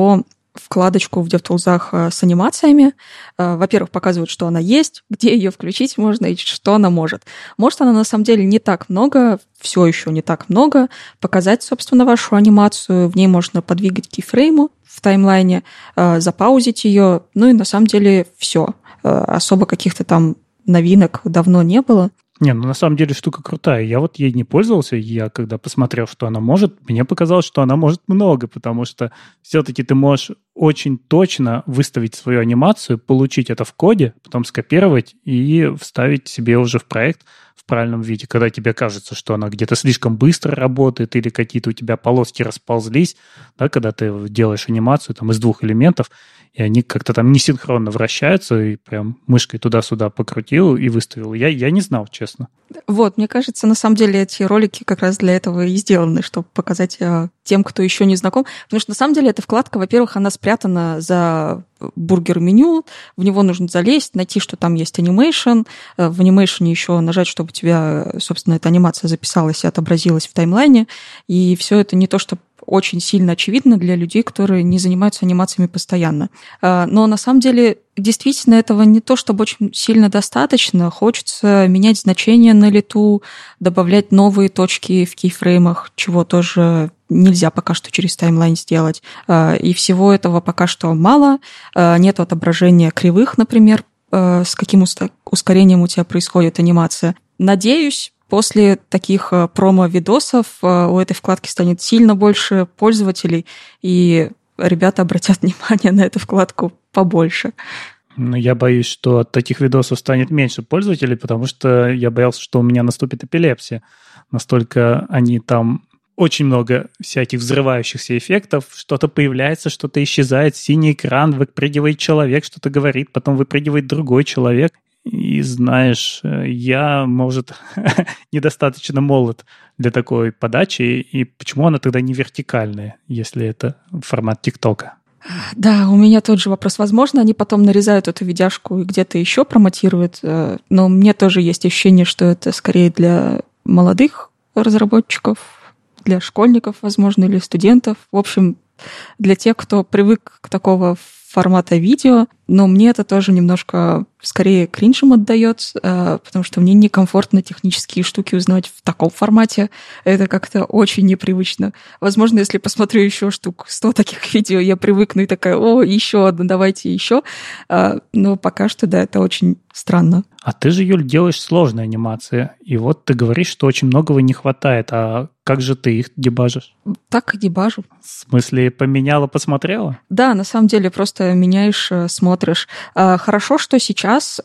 вкладочку в DevTools с анимациями. Во-первых, показывают, что она есть, где ее включить можно и что она может. Может она на самом деле не так много, все еще не так много. Показать, собственно, вашу анимацию. В ней можно подвигать кейфрейму в таймлайне, запаузить ее. Ну и на самом деле все. Особо каких-то там новинок давно не было. Не, ну на самом деле штука крутая. Я вот ей не пользовался, я когда посмотрел, что она может, мне показалось, что она может много, потому что все-таки ты можешь очень точно выставить свою анимацию, получить это в коде, потом скопировать и вставить себе уже в проект в правильном виде. Когда тебе кажется, что она где-то слишком быстро работает или какие-то у тебя полоски расползлись, да, когда ты делаешь анимацию там, из двух элементов, и они как-то там несинхронно вращаются, и прям мышкой туда-сюда покрутил и выставил. Я, я не знал, честно. Вот, мне кажется, на самом деле эти ролики как раз для этого и сделаны, чтобы показать э, тем, кто еще не знаком. Потому что на самом деле эта вкладка, во-первых, она спрятана за бургер-меню, в него нужно залезть, найти, что там есть анимейшн, в анимейшне еще нажать, чтобы у тебя, собственно, эта анимация записалась и отобразилась в таймлайне. И все это не то, что очень сильно очевидно для людей, которые не занимаются анимациями постоянно. Но на самом деле действительно этого не то, чтобы очень сильно достаточно. Хочется менять значения на лету, добавлять новые точки в кейфреймах, чего тоже нельзя пока что через таймлайн сделать. И всего этого пока что мало. Нет отображения кривых, например, с каким ускорением у тебя происходит анимация. Надеюсь, после таких промо-видосов у этой вкладки станет сильно больше пользователей, и ребята обратят внимание на эту вкладку побольше. Ну, я боюсь, что от таких видосов станет меньше пользователей, потому что я боялся, что у меня наступит эпилепсия. Настолько они там... Очень много всяких взрывающихся эффектов. Что-то появляется, что-то исчезает, синий экран, выпрыгивает человек, что-то говорит, потом выпрыгивает другой человек. И знаешь, я, может, недостаточно молод для такой подачи, и почему она тогда не вертикальная, если это формат ТикТока? Да, у меня тот же вопрос. Возможно, они потом нарезают эту видяшку и где-то еще промотируют, но мне тоже есть ощущение, что это скорее для молодых разработчиков, для школьников, возможно, или студентов. В общем, для тех, кто привык к такого формата видео, но мне это тоже немножко скорее кринжем отдает, потому что мне некомфортно технические штуки узнавать в таком формате. Это как-то очень непривычно. Возможно, если посмотрю еще штук сто таких видео, я привыкну и такая: о, еще одно, давайте еще. Но пока что, да, это очень странно. А ты же, Юль, делаешь сложные анимации, и вот ты говоришь, что очень многого не хватает. А как же ты их дебажишь? Так и дебажу. В смысле, поменяла, посмотрела? Да, на самом деле просто меняешь, смотришь. Хорошо, что сейчас,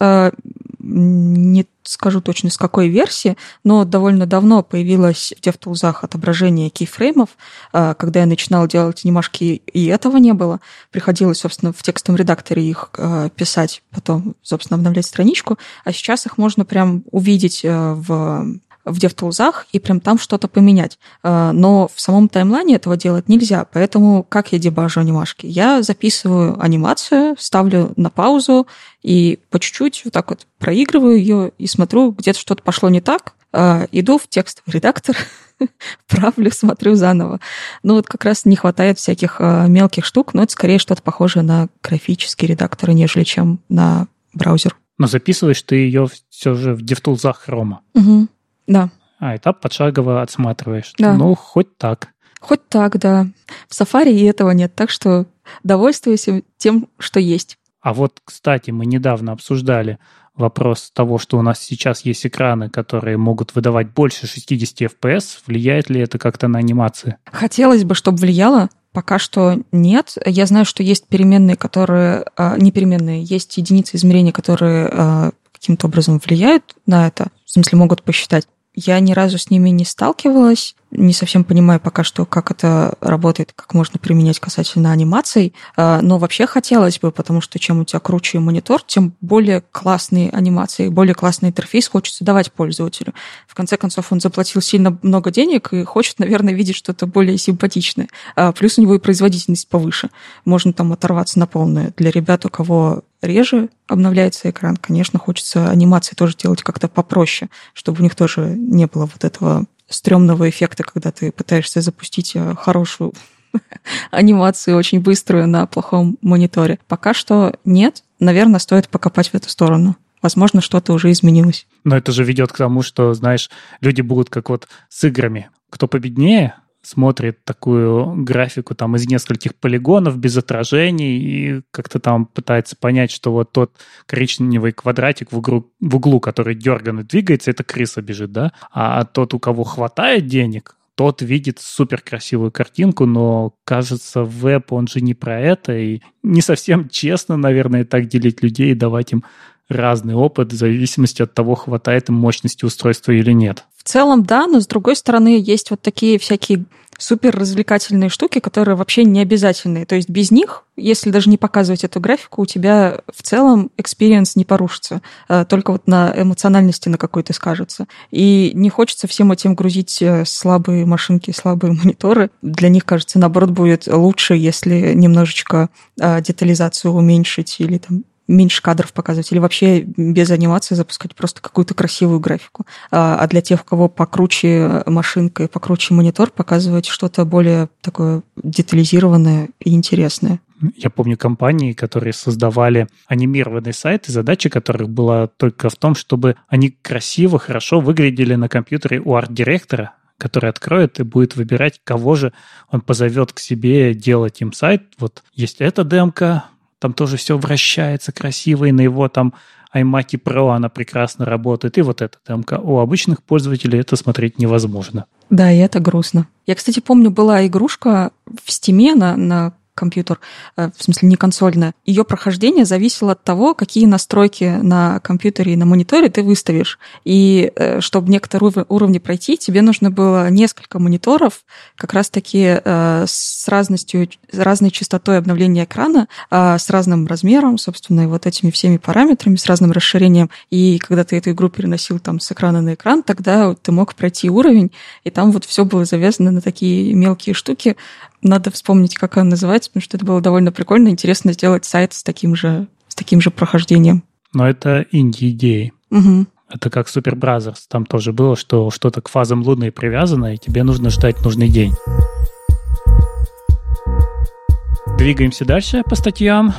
не скажу точно с какой версии, но довольно давно появилось в DevTools отображение кейфреймов. Когда я начинала делать анимашки, и этого не было. Приходилось, собственно, в текстовом редакторе их писать, потом, собственно, обновлять страничку. А сейчас их можно прям увидеть в... в DevTools и прям там что-то поменять. Но в самом таймлайне этого делать нельзя, поэтому как я дебажу анимашки? Я записываю анимацию, ставлю на паузу и по чуть-чуть вот так вот проигрываю ее и смотрю, где-то что-то пошло не так, иду в текстовый редактор, правлю, смотрю заново. Ну вот как раз не хватает всяких мелких штук, но это скорее что-то похожее на графический редактор, нежели чем на браузер. Но записываешь ты ее все же в DevTools Chrome. Угу. Да. А, этап подшагово отсматриваешь. Да. Ну, хоть так. Хоть так, да. В Safari и этого нет, так что довольствуюсь тем, что есть. А вот, кстати, мы недавно обсуждали вопрос того, что у нас сейчас есть экраны, которые могут выдавать больше шестьдесят эф пи эс. Влияет ли это как-то на анимации? Хотелось бы, чтобы влияло. Пока что нет. Я знаю, что есть переменные, которые... Не переменные, есть единицы измерения, которые каким-то образом влияют на это. В смысле, могут посчитать. Я ни разу с ними не сталкивалась, не совсем понимаю пока что, как это работает, как можно применять касательно анимаций, но вообще хотелось бы, потому что чем у тебя круче монитор, тем более классные анимации, более классный интерфейс хочется давать пользователю. В конце концов, он заплатил сильно много денег и хочет, наверное, видеть что-то более симпатичное. Плюс у него и производительность повыше. Можно там оторваться на полную. Для ребят, у кого реже обновляется экран, конечно, хочется анимации тоже делать как-то попроще, чтобы у них тоже не было вот этого стрёмного эффекта, когда ты пытаешься запустить хорошую анимацию очень быструю на плохом мониторе. Пока что нет. Наверное, стоит покопать в эту сторону. Возможно, что-то уже изменилось. Но это же ведет к тому, что, знаешь, люди будут как вот с играми. Кто победнее, смотрит такую графику там из нескольких полигонов без отражений и как-то там пытается понять, что вот тот коричневый квадратик в, углу, в углу, который дерганно двигается, это крыса бежит, да? А тот, у кого хватает денег, тот видит супер красивую картинку, но, кажется, веб, он же не про это, и не совсем честно, наверное, так делить людей и давать им разный опыт в зависимости от того, хватает им мощности устройства или нет. В целом, да, но с другой стороны, есть вот такие всякие супер развлекательные штуки, которые вообще не обязательные. То есть без них, если даже не показывать эту графику, у тебя в целом экспириенс не порушится, только вот на эмоциональности на какой-то скажется. И не хочется всем этим грузить слабые машинки, слабые мониторы. Для них, кажется, наоборот, будет лучше, если немножечко детализацию уменьшить или там меньше кадров показывать, или вообще без анимации запускать просто какую-то красивую графику. А для тех, у кого покруче машинка и покруче монитор, показывать что-то более такое детализированное и интересное. Я помню компании, которые создавали анимированные сайты, задача которых была только в том, чтобы они красиво, хорошо выглядели на компьютере у арт-директора, который откроет и будет выбирать, кого же он позовет к себе делать им сайт. Вот есть эта демка, там тоже все вращается красиво, и на его там iMac Pro она прекрасно работает. И вот эта демка. У обычных пользователей это смотреть невозможно. Да, и это грустно. Я, кстати, помню, была игрушка в Steam на, на компьютер, в смысле не консольная. Ее прохождение зависело от того, какие настройки на компьютере и на мониторе ты выставишь. И чтобы некоторые уровни пройти, тебе нужно было несколько мониторов, как раз-таки с разностью, с разной частотой обновления экрана, с разным размером, собственно, и вот этими всеми параметрами, с разным расширением. И когда ты эту игру переносил там с экрана на экран, тогда ты мог пройти уровень, и там вот все было завязано на такие мелкие штуки. Надо вспомнить, как она называется, потому что это было довольно прикольно. Интересно сделать сайт с таким же, с таким же прохождением. Но это инди-идеи. Угу. Это как Super Brothers. Там тоже было, что что-то к фазам Луны привязано, и тебе нужно ждать нужный день. Двигаемся дальше по статьям.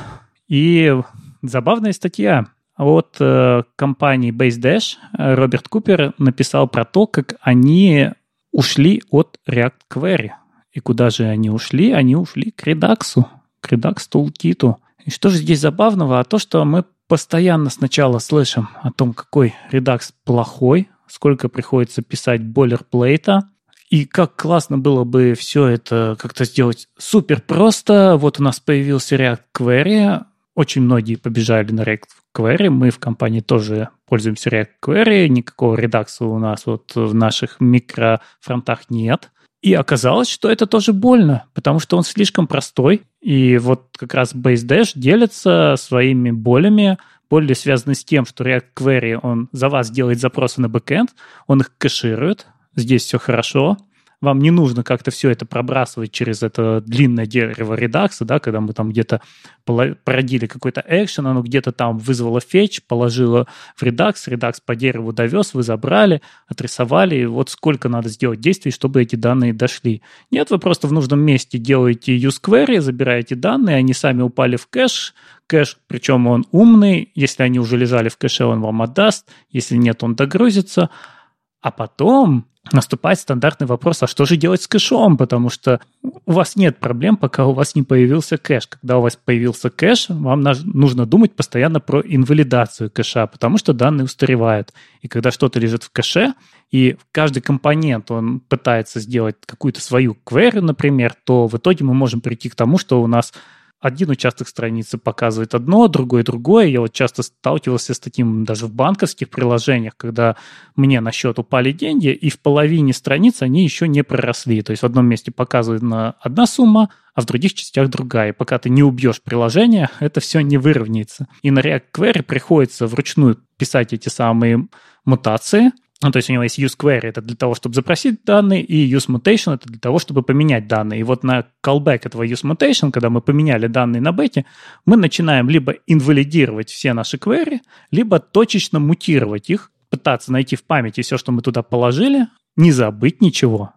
И забавная статья от э, компании BaseDash. Роберт Купер написал про то, как они ушли от React Query. И куда же они ушли? Они ушли к Redux, к Redux Toolkit. И что же здесь забавного? А то, что мы постоянно сначала слышим о том, какой Redux плохой, сколько приходится писать бойлерплейта, и как классно было бы все это как-то сделать супер просто. Вот у нас появился React Query, очень многие побежали на React Query, мы в компании тоже пользуемся React Query, никакого Redux у нас вот в наших микрофронтах нет. И оказалось, что это тоже больно, потому что он слишком простой. И вот как раз BaseDash делится своими болями. Боли связаны с тем, что React Query, он за вас делает запросы на бэкэнд, он их кэширует. Здесь все хорошо. Вам не нужно как-то все это пробрасывать через это длинное дерево редакса, да, когда мы там где-то породили какой-то экшен, оно где-то там вызвало фетч, положило в редакс, редакс по дереву довез, вы забрали, отрисовали, и вот сколько надо сделать действий, чтобы эти данные дошли. Нет, вы просто в нужном месте делаете useQuery, забираете данные, они сами упали в кэш, кэш, причем он умный, если они уже лежали в кэше, он вам отдаст, если нет, он догрузится, а потом наступает стандартный вопрос, а что же делать с кэшом? Потому что у вас нет проблем, пока у вас не появился кэш. Когда у вас появился кэш, вам нужно думать постоянно про инвалидацию кэша, потому что данные устаревают. И когда что-то лежит в кэше, и каждый компонент, он пытается сделать какую-то свою query, например, то в итоге мы можем прийти к тому, что у нас один участок страницы показывает одно, другой другое. Я вот часто сталкивался с таким даже в банковских приложениях, когда мне на счет упали деньги, и в половине страниц они еще не проросли. То есть в одном месте показывает одна сумма, а в других частях другая. И пока ты не убьешь приложение, это все не выровняется. И на React Query приходится вручную писать эти самые мутации. Ну, то есть у него есть useQuery, это для того, чтобы запросить данные, и useMutation, это для того, чтобы поменять данные. И вот на callback этого useMutation, когда мы поменяли данные на бете, мы начинаем либо инвалидировать все наши query, либо точечно мутировать их, пытаться найти в памяти все, что мы туда положили, не забыть ничего,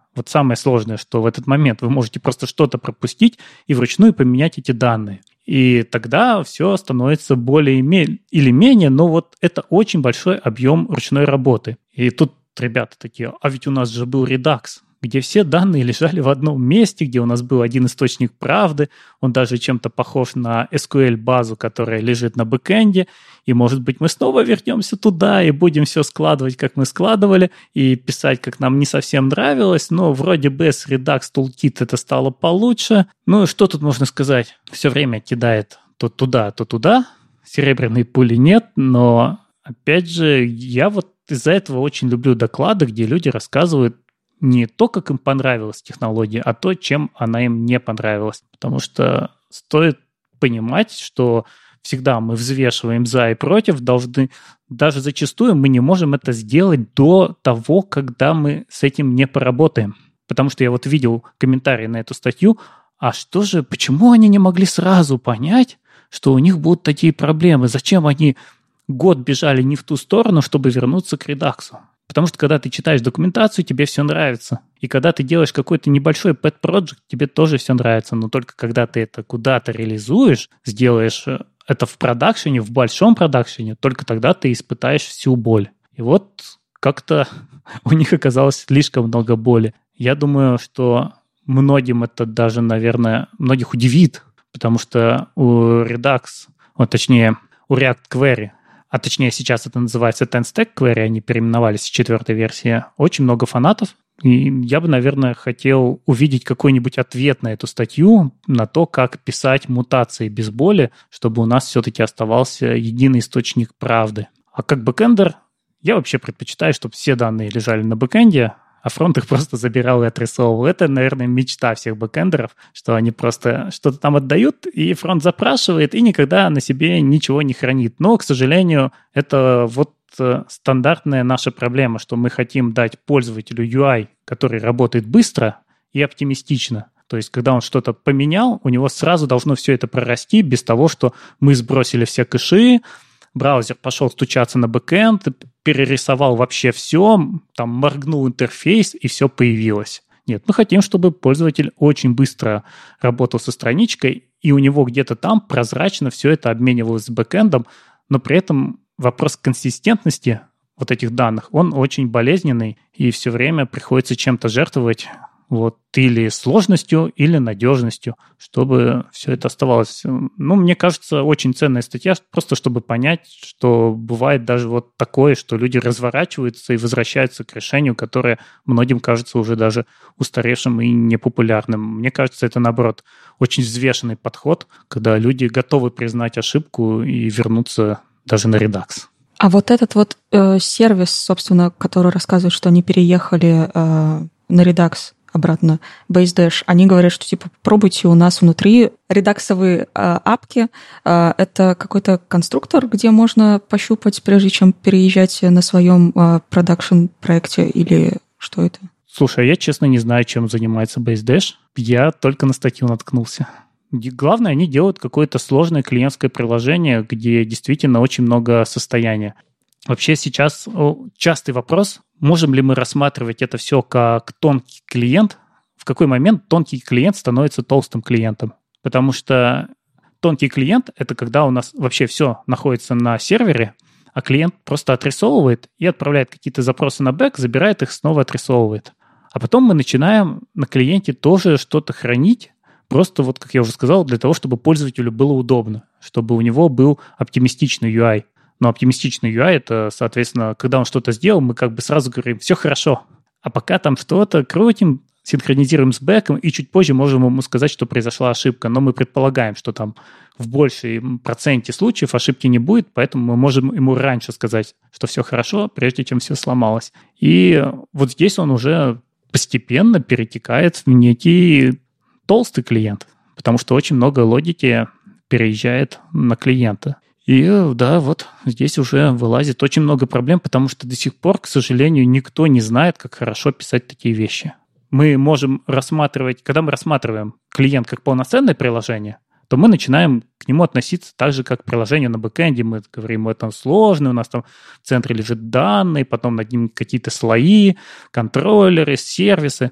Вот самое сложное, что в этот момент вы можете просто что-то пропустить и вручную поменять эти данные. И тогда все становится более или менее, но вот это очень большой объем ручной работы. И тут ребята такие, а ведь у нас же был Redux, где все данные лежали в одном месте, где у нас был один источник правды, он даже чем-то похож на эс ку эль-базу, которая лежит на бэкэнде, и, может быть, мы снова вернемся туда и будем все складывать, как мы складывали, и писать, как нам не совсем нравилось, но вроде бы с Redux Toolkit это стало получше. Ну, что тут можно сказать? Все время кидает то туда, то туда, серебряной пули нет, но, опять же, я вот из-за этого очень люблю доклады, где люди рассказывают не то, как им понравилась технология, а то, чем она им не понравилась. Потому что стоит понимать, что всегда мы взвешиваем за и против, должны, даже зачастую мы не можем это сделать до того, когда мы с этим не поработаем. Потому что я вот видел комментарии на эту статью, а что же, почему они не могли сразу понять, что у них будут такие проблемы? Зачем они год бежали не в ту сторону, чтобы вернуться к Redux? Потому что когда ты читаешь документацию, тебе все нравится. И когда ты делаешь какой-то небольшой pet project, тебе тоже все нравится. Но только когда ты это куда-то реализуешь, сделаешь это в продакшене, в большом продакшене, только тогда ты испытаешь всю боль. И вот как-то у них оказалось слишком много боли. Я думаю, что многим это даже, наверное, многих удивит, потому что у Redux, вот точнее у React Query, а точнее сейчас это называется ten-stack query, они переименовались в четвертой версии, очень много фанатов. И я бы, наверное, хотел увидеть какой-нибудь ответ на эту статью, на то, как писать мутации без боли, чтобы у нас все-таки оставался единый источник правды. А как бэкэндер, я вообще предпочитаю, чтобы все данные лежали на бэкэнде, а фронт их просто забирал и отрисовывал. Это, наверное, мечта всех бэкэндеров, что они просто что-то там отдают, и фронт запрашивает, и никогда на себе ничего не хранит. Но, к сожалению, это вот стандартная наша проблема, что мы хотим дать пользователю ю ай, который работает быстро и оптимистично. То есть, когда он что-то поменял, у него сразу должно все это прорасти без того, что мы сбросили все кэши, браузер пошел стучаться на бэкэнд, перерисовал вообще все, там моргнул интерфейс, и все появилось. Нет, мы хотим, чтобы пользователь очень быстро работал со страничкой, и у него где-то там прозрачно все это обменивалось с бэкэндом, но при этом вопрос консистентности вот этих данных, он очень болезненный, и все время приходится чем-то жертвовать, вот, или сложностью, или надежностью, чтобы все это оставалось. Ну, мне кажется, очень ценная статья, просто чтобы понять, что бывает даже вот такое, что люди разворачиваются и возвращаются к решению, которое многим кажется уже даже устаревшим и непопулярным. Мне кажется, это, наоборот, очень взвешенный подход, когда люди готовы признать ошибку и вернуться даже на Redux. А вот этот вот э, сервис, собственно, который рассказывает, что они переехали э, на Redux, обратно Base Dash, они говорят, что типа пробуйте у нас внутри редаксовые э, апки. Э, это какой-то конструктор, где можно пощупать, прежде чем переезжать на своем э, продакшн-проекте, или что это? Слушай, я честно не знаю, чем занимается Base Dash. Я только на статью наткнулся. Главное, они делают какое-то сложное клиентское приложение, где действительно очень много состояния. Вообще сейчас частый вопрос, можем ли мы рассматривать это все как тонкий клиент, в какой момент тонкий клиент становится толстым клиентом. Потому что тонкий клиент — это когда у нас вообще все находится на сервере, а клиент просто отрисовывает и отправляет какие-то запросы на бэк, забирает их, снова отрисовывает. А потом мы начинаем на клиенте тоже что-то хранить, просто, вот как я уже сказал, для того, чтобы пользователю было удобно, чтобы у него был оптимистичный ю ай. Но оптимистичный ю ай — это, соответственно, когда он что-то сделал, мы как бы сразу говорим «все хорошо». А пока там что-то крутим, синхронизируем с бэком, и чуть позже можем ему сказать, что произошла ошибка. Но мы предполагаем, что там в большей проценте случаев ошибки не будет, поэтому мы можем ему раньше сказать, что все хорошо, прежде чем все сломалось. И вот здесь он уже постепенно перетекает в некий толстый клиент, потому что очень много логики переезжает на клиента. И да, вот здесь уже вылазит очень много проблем, потому что до сих пор, к сожалению, никто не знает, как хорошо писать такие вещи. Мы можем рассматривать, когда мы рассматриваем клиент как полноценное приложение, то мы начинаем к нему относиться так же, как к приложению на бэкэнде. Мы говорим, это сложно, у нас там в центре лежат данные, потом над ним какие-то слои, контроллеры, сервисы.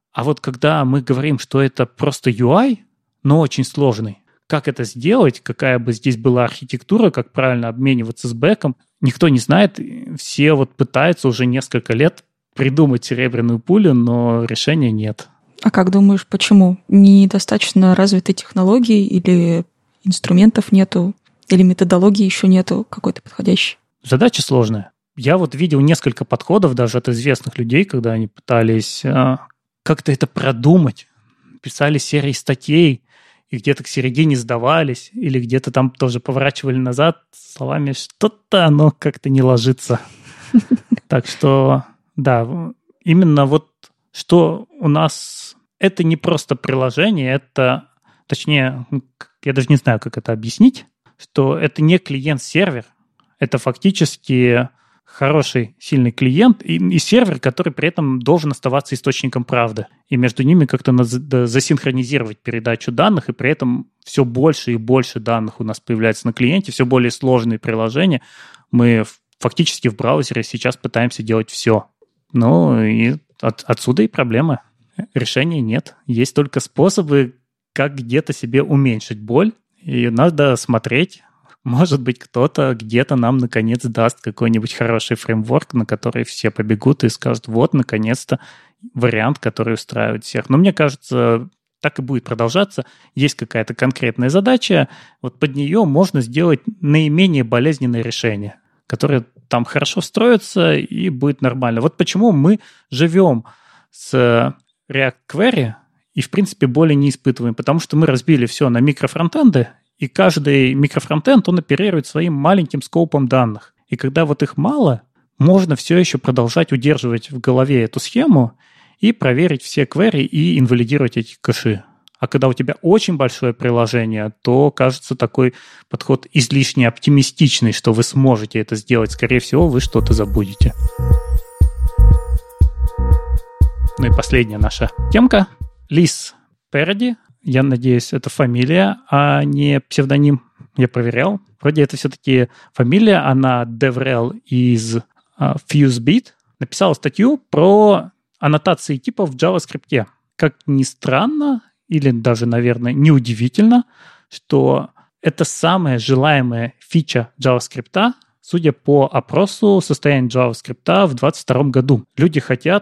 А вот когда мы говорим, что это просто ю ай, но очень сложный, как это сделать, какая бы здесь была архитектура, как правильно обмениваться с бэком, никто не знает. Все вот пытаются уже несколько лет придумать серебряную пулю, но решения нет. А как думаешь, почему? Недостаточно развитой технологии или инструментов нету, или методологии еще нету какой-то подходящей? Задача сложная. Я вот видел несколько подходов даже от известных людей, когда они пытались а, как-то это продумать, писали серии статей, и где-то к середине сдавались, или где-то там тоже поворачивали назад словами, что-то оно как-то не ложится. Так что, да, именно вот что у нас... Это не просто приложение, это, точнее, я даже не знаю, как это объяснить, что это не клиент-сервер, это фактически хороший, сильный клиент и, и сервер, который при этом должен оставаться источником правды. И между ними как-то надо засинхронизировать передачу данных, и при этом все больше и больше данных у нас появляется на клиенте, все более сложные приложения. Мы фактически в браузере сейчас пытаемся делать все. Ну и от, отсюда и проблема. Решения нет. Есть только способы, как где-то себе уменьшить боль, и надо смотреть. Может быть, кто-то где-то нам наконец даст какой-нибудь хороший фреймворк, на который все побегут и скажут, вот, наконец-то, вариант, который устраивает всех. Но мне кажется, так и будет продолжаться. Есть какая-то конкретная задача, вот под нее можно сделать наименее болезненное решение, которое там хорошо строится и будет нормально. Вот почему мы живем с React Query и, в принципе, боли не испытываем, потому что мы разбили все на микрофронтенды, и каждый микрофронтенд, он оперирует своим маленьким скопом данных. И когда вот их мало, можно все еще продолжать удерживать в голове эту схему и проверить все query и инвалидировать эти кэши. А когда у тебя очень большое приложение, то кажется такой подход излишне оптимистичный, что вы сможете это сделать. Скорее всего, вы что-то забудете. Ну и последняя наша темка. Лиз Переди. Я надеюсь, это фамилия, а не псевдоним. Я проверял. Вроде это все-таки фамилия. Она деврел из uh, FuseBeat. Написала статью про аннотации типов в JavaScript. Как ни странно, или даже, наверное, неудивительно, что это самая желаемая фича JavaScript, судя по опросу состояния JavaScript в двадцать втором году. Люди хотят,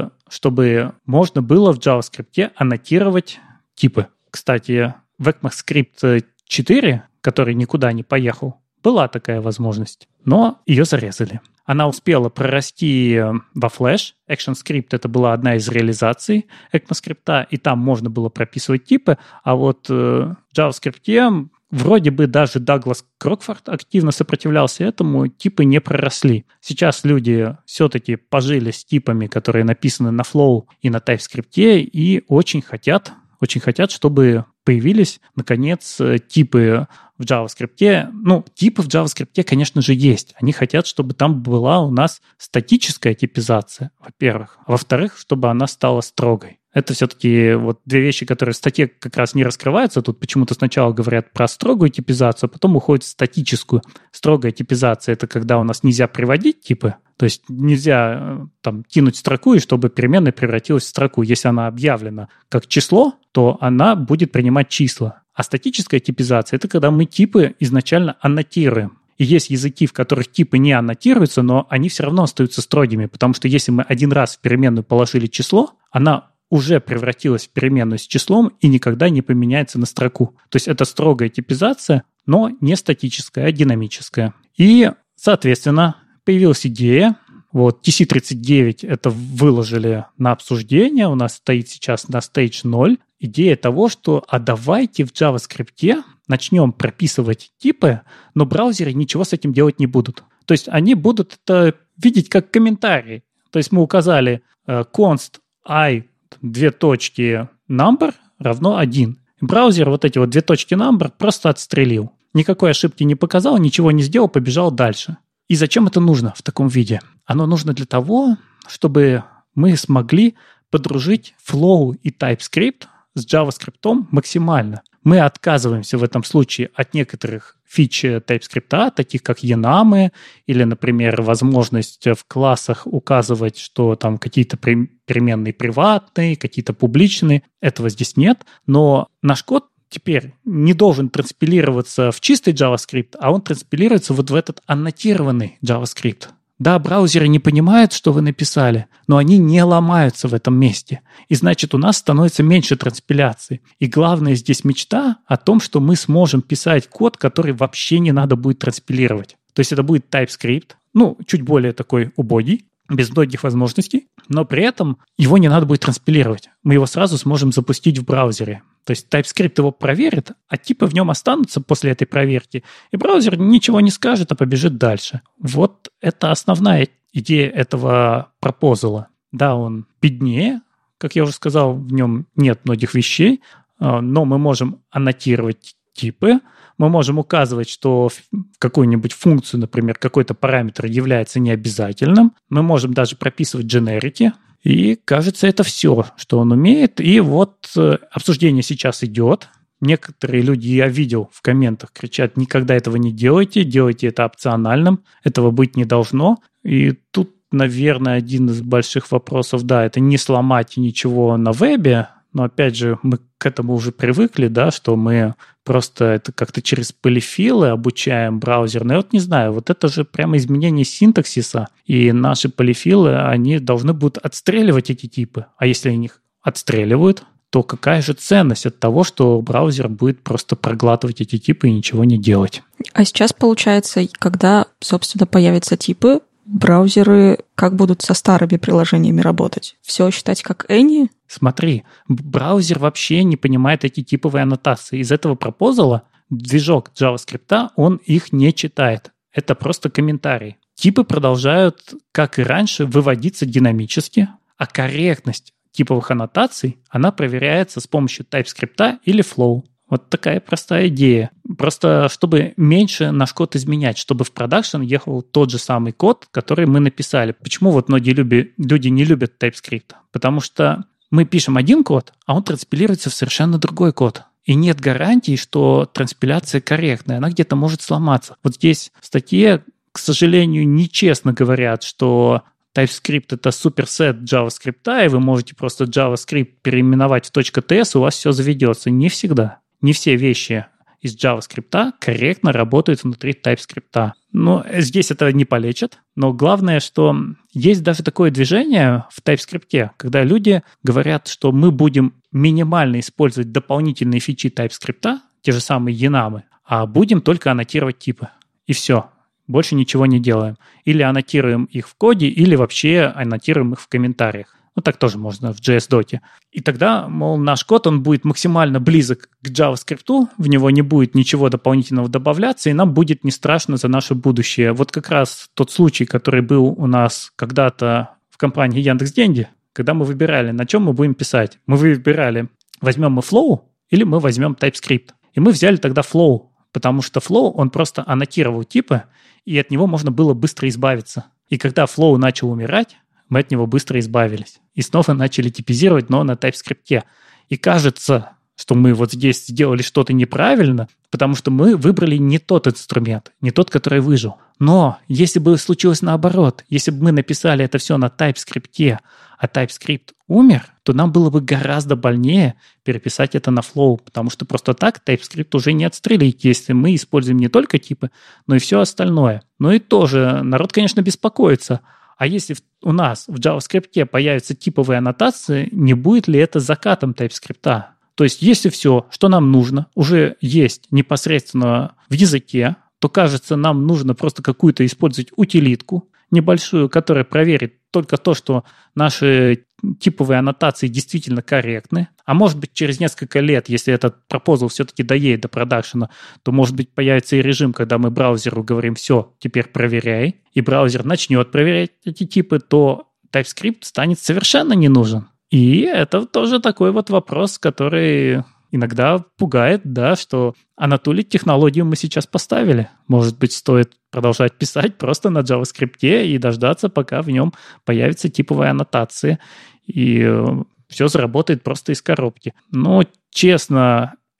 чтобы можно было в JavaScript аннотировать типы. Кстати, в ECMAScript четыре, который никуда не поехал, была такая возможность, но ее зарезали. Она успела прорасти во Flash. ActionScript — это была одна из реализаций ECMAScript, и там можно было прописывать типы, а вот в JavaScript вроде бы даже Даглас Крокфорд активно сопротивлялся этому, типы не проросли. Сейчас люди все-таки пожили с типами, которые написаны на Flow и на TypeScript, и очень хотят, очень хотят, чтобы появились, наконец, типы в JavaScript. Ну, типы в JavaScript, конечно же, есть. Они хотят, чтобы там была у нас статическая типизация, во-первых. А во-вторых, чтобы она стала строгой. Это все-таки вот две вещи, которые в статье как раз не раскрываются. Тут почему-то сначала говорят про строгую типизацию, а потом уходят в статическую. Строгая типизация — это когда у нас нельзя приводить типы, то есть нельзя там кинуть строку, и чтобы переменная превратилась в строку. Если она объявлена как число, то она будет принимать числа. А статическая типизация — это когда мы типы изначально аннотируем. И есть языки, в которых типы не аннотируются, но они все равно остаются строгими, потому что если мы один раз в переменную положили число, она уже превратилась в переменную с числом и никогда не поменяется на строку. То есть это строгая типизация, но не статическая, а динамическая. И, соответственно, появилась идея. Вот ти си тридцать девять это выложили на обсуждение, у нас стоит сейчас на стейдж ноль. Идея того, что а давайте в JavaScript начнем прописывать типы, но браузеры ничего с этим делать не будут. То есть они будут это видеть как комментарий. То есть мы указали э, const i две точки number равно один. Браузер вот эти вот две точки number просто отстрелил. Никакой ошибки не показал, ничего не сделал, побежал дальше. И зачем это нужно в таком виде? Оно нужно для того, чтобы мы смогли подружить Flow и TypeScript с JavaScript максимально. Мы отказываемся в этом случае от некоторых фич TypeScript, таких как enum, или, например, возможность в классах указывать, что там какие-то переменные приватные, какие-то публичные. Этого здесь нет, но наш код теперь не должен транспилироваться в чистый JavaScript, а он транспилируется вот в этот аннотированный JavaScript. Да, браузеры не понимают, что вы написали, но они не ломаются в этом месте. И значит, у нас становится меньше транспиляции. И главная здесь мечта о том, что мы сможем писать код, который вообще не надо будет транспилировать. То есть это будет TypeScript, ну, чуть более такой убогий, без многих возможностей, но при этом его не надо будет транспилировать. Мы его сразу сможем запустить в браузере. То есть TypeScript его проверит, а типы в нем останутся после этой проверки, и браузер ничего не скажет, а побежит дальше. Вот это основная идея этого пропозала. Да, он беднее, как я уже сказал, в нем нет многих вещей, но мы можем аннотировать типы, мы можем указывать, что какую-нибудь функцию, например, какой-то параметр является необязательным. Мы можем даже прописывать дженерики. И, кажется, это все, что он умеет. И вот обсуждение сейчас идет. Некоторые люди, я видел в комментах, кричат: никогда этого не делайте, делайте это опциональным. Этого быть не должно. И тут, наверное, один из больших вопросов, да, это не сломать ничего на вебе. Но, опять же, мы к этому уже привыкли, да, что мы просто это как-то через полифилы обучаем браузер. Но я вот не знаю, вот это же прямо изменение синтаксиса, и наши полифилы, они должны будут отстреливать эти типы. А если они их отстреливают, то какая же ценность от того, что браузер будет просто проглатывать эти типы и ничего не делать? А сейчас, получается, когда, собственно, появятся типы, браузеры как будут со старыми приложениями работать? Все считать как any? Смотри, браузер вообще не понимает эти типовые аннотации. Из этого пропозала движок JavaScript, он их не читает. Это просто комментарий. Типы продолжают, как и раньше, выводиться динамически, а корректность типовых аннотаций, она проверяется с помощью TypeScript или Flow. Вот такая простая идея. Просто чтобы меньше наш код изменять, чтобы в продакшн ехал тот же самый код, который мы написали. Почему вот многие люби, люди не любят TypeScript? Потому что мы пишем один код, а он транспилируется в совершенно другой код. И нет гарантии, что транспиляция корректная. Она где-то может сломаться. Вот здесь в статье, к сожалению, нечестно говорят, что TypeScript — это суперсет JavaScript, и вы можете просто JavaScript переименовать в .ts, у вас все заведется. Не всегда. Не все вещи из JavaScript корректно работают внутри TypeScript. Но здесь это не полечат. Но главное, что есть даже такое движение в TypeScript, когда люди говорят, что мы будем минимально использовать дополнительные фичи TypeScript, те же самые enum, а будем только аннотировать типы. И все. Больше ничего не делаем. Или аннотируем их в коде, или вообще аннотируем их в комментариях. Ну, так тоже можно в джей эс-доке. И тогда, мол, наш код, он будет максимально близок к JavaScript, в него не будет ничего дополнительного добавляться, и нам будет не страшно за наше будущее. Вот как раз тот случай, который был у нас когда-то в компании Яндекс.Деньги, когда мы выбирали, на чем мы будем писать. Мы выбирали, возьмем мы Flow или мы возьмем TypeScript. И мы взяли тогда Flow, потому что Flow, он просто аннотировал типы, и от него можно было быстро избавиться. И когда Flow начал умирать, мы от него быстро избавились. И снова начали типизировать, но на TypeScript. И кажется, что мы вот здесь сделали что-то неправильно, потому что мы выбрали не тот инструмент, не тот, который выжил. Но если бы случилось наоборот, если бы мы написали это все на TypeScript, а TypeScript умер, то нам было бы гораздо больнее переписать это на Flow, потому что просто так TypeScript уже не отстрелить, если мы используем не только типы, но и все остальное. Ну и тоже народ, конечно, беспокоится. А если у нас в JavaScript появятся типовые аннотации, не будет ли это закатом TypeScript? То есть, если все, что нам нужно, уже есть непосредственно в языке, то, кажется, нам нужно просто какую-то использовать утилитку небольшую, которая проверит только то, что наши типовые аннотации действительно корректны. А может быть, через несколько лет, если этот пропозал все-таки доедет до продакшена, то, может быть, появится и режим, когда мы браузеру говорим: все, теперь проверяй, и браузер начнет проверять эти типы, то TypeScript станет совершенно не нужен. И это тоже такой вот вопрос, который иногда пугает, да, что а на ту ли технологию мы сейчас поставили. Может быть, стоит продолжать писать просто на JavaScript и дождаться, пока в нем появятся типовые аннотации, и все заработает просто из коробки. Но, честно,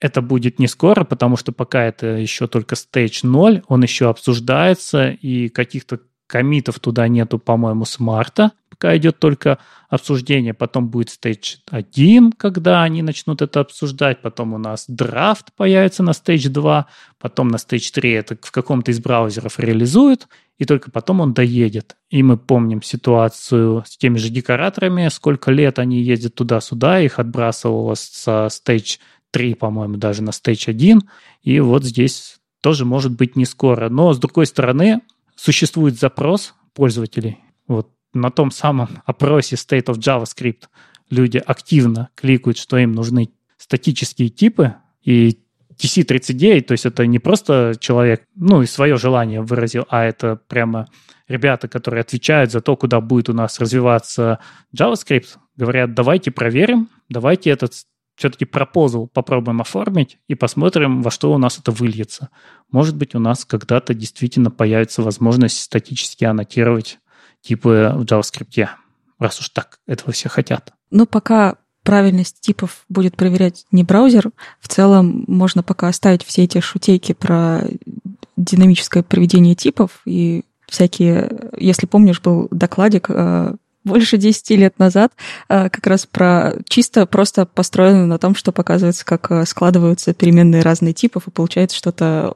это будет не скоро, потому что пока это еще только стейдж ноль, он еще обсуждается, и каких-то коммитов туда нету, по-моему, с марта. Пока идет только обсуждение, потом будет стейдж один, когда они начнут это обсуждать, потом у нас драфт появится на стейдж два, потом на стейдж три это в каком-то из браузеров реализуют, и только потом он доедет. И мы помним ситуацию с теми же декораторами, сколько лет они ездят туда-сюда, их отбрасывало со стейдж три, по-моему, даже на стейдж один, и вот здесь тоже может быть не скоро. Но, с другой стороны, существует запрос пользователей. Вот на том самом опросе State of JavaScript люди активно кликают, что им нужны статические типы, и ти си тридцать девять, то есть это не просто человек, ну, и свое желание выразил, а это прямо ребята, которые отвечают за то, куда будет у нас развиваться JavaScript, говорят, давайте проверим, давайте этот все-таки пропозал попробуем оформить и посмотрим, во что у нас это выльется. Может быть, у нас когда-то действительно появится возможность статически аннотировать типы в JavaScript, раз уж так этого все хотят. Ну, пока правильность типов будет проверять не браузер, в целом можно пока оставить все эти шутейки про динамическое приведение типов и всякие... Если помнишь, был докладик больше десяти лет назад как раз про чисто просто построенную на том, что показывается, как складываются переменные разных типов, и получается что-то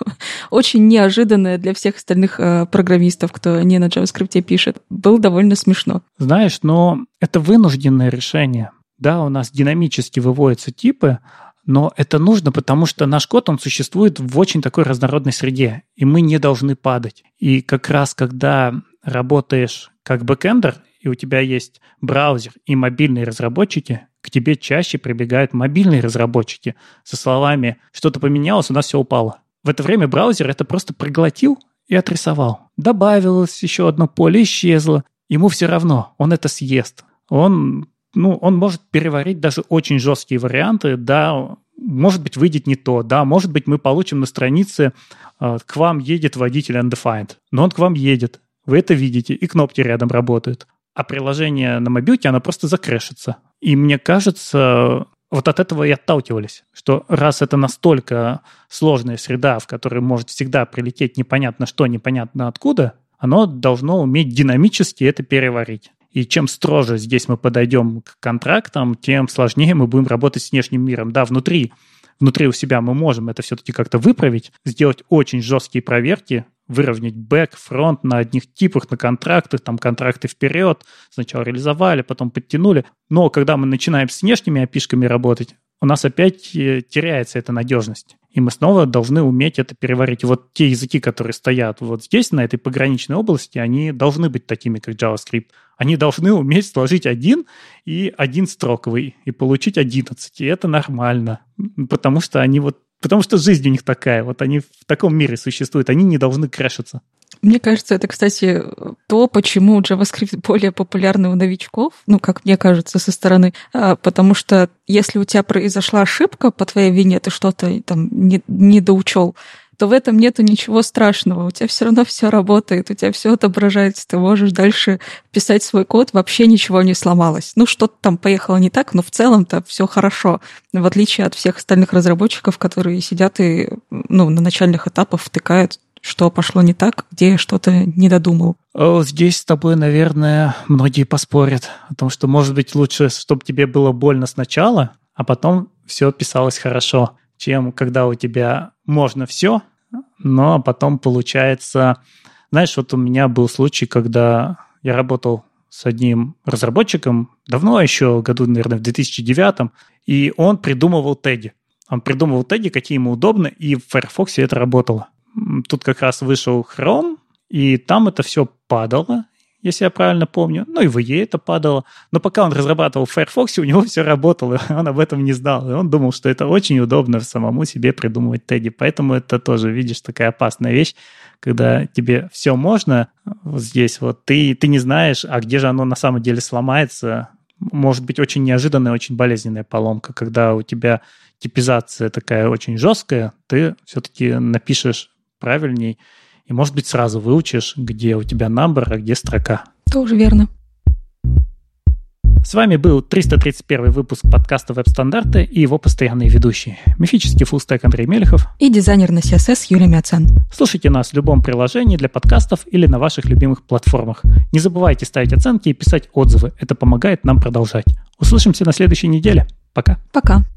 очень неожиданное для всех остальных программистов, кто не на JavaScript пишет. Было довольно смешно. Знаешь, но это вынужденное решение. Да, у нас динамически выводятся типы, но это нужно, потому что наш код, он существует в очень такой разнородной среде, и мы не должны падать. И как раз когда работаешь как бэкэндер, и у тебя есть браузер и мобильные разработчики, к тебе чаще прибегают мобильные разработчики со словами «что-то поменялось, у нас все упало». В это время браузер это просто проглотил и отрисовал. Добавилось еще одно поле, исчезло. Ему все равно, он это съест. Он, ну, он может переварить даже очень жесткие варианты, да, может быть, выйдет не то, да, может быть, мы получим на странице э, «к вам едет водитель undefined», но он к вам едет, вы это видите, и кнопки рядом работают. А приложение на мобилке, оно просто закрэшится. И мне кажется, вот от этого и отталкивались, что раз это настолько сложная среда, в которой может всегда прилететь непонятно что, непонятно откуда, оно должно уметь динамически это переварить. И чем строже здесь мы подойдем к контрактам, тем сложнее мы будем работать с внешним миром. Да, внутри, внутри у себя мы можем это все-таки как-то выправить, сделать очень жесткие проверки, выровнять бэк, фронт на одних типах, на контрактах, там контракты вперед, сначала реализовали, потом подтянули. Но когда мы начинаем с внешними эй пи ай-шками работать, у нас опять теряется эта надежность. И мы снова должны уметь это переварить. И вот те языки, которые стоят вот здесь, на этой пограничной области, они должны быть такими, как JavaScript. Они должны уметь сложить один и один строковый, и получить одиннадцать. И это нормально, потому что они вот Потому что жизнь у них такая, вот они в таком мире существуют, они не должны крэшиться. Мне кажется, это, кстати, то, почему JavaScript более популярный у новичков, ну, как мне кажется, со стороны, потому что если у тебя произошла ошибка по твоей вине, ты что-то там не, не доучел, то в этом нету ничего страшного. У тебя все равно все работает, у тебя все отображается, ты можешь дальше писать свой код, вообще ничего не сломалось. Ну, что-то там поехало не так, но в целом-то все хорошо, в отличие от всех остальных разработчиков, которые сидят и ну, на начальных этапах втыкают, что пошло не так, где я что-то не додумал. О, здесь с тобой, наверное, многие поспорят о том, что, может быть, лучше, чтобы тебе было больно сначала, а потом все писалось хорошо, чем когда у тебя можно все, но потом получается... Знаешь, вот у меня был случай, когда я работал с одним разработчиком, давно еще, году, наверное, в две тысячи девятом, и он придумывал теги. Он придумывал теги, какие ему удобны, и в Firefox это работало. Тут как раз вышел Chrome, и там это все падало, если я правильно помню. Ну и в и и это падало. Но пока он разрабатывал в Firefox, у него все работало, он об этом не знал. И он думал, что это очень удобно самому себе придумывать теги. Поэтому это тоже, видишь, такая опасная вещь, когда тебе все можно вот здесь, вот ты, ты не знаешь, а где же оно на самом деле сломается. Может быть очень неожиданная, очень болезненная поломка, когда у тебя типизация такая очень жесткая, ты все-таки напишешь правильней, и, может быть, сразу выучишь, где у тебя number, а где строка. Тоже верно. С вами был триста тридцать первый выпуск подкаста «Веб-стандарты» и его постоянные ведущие. Мифический фуллстек Андрей Мелехов и дизайнер на си эс эс Юлия Мяцан. Слушайте нас в любом приложении для подкастов или на ваших любимых платформах. Не забывайте ставить оценки и писать отзывы. Это помогает нам продолжать. Услышимся на следующей неделе. Пока. Пока.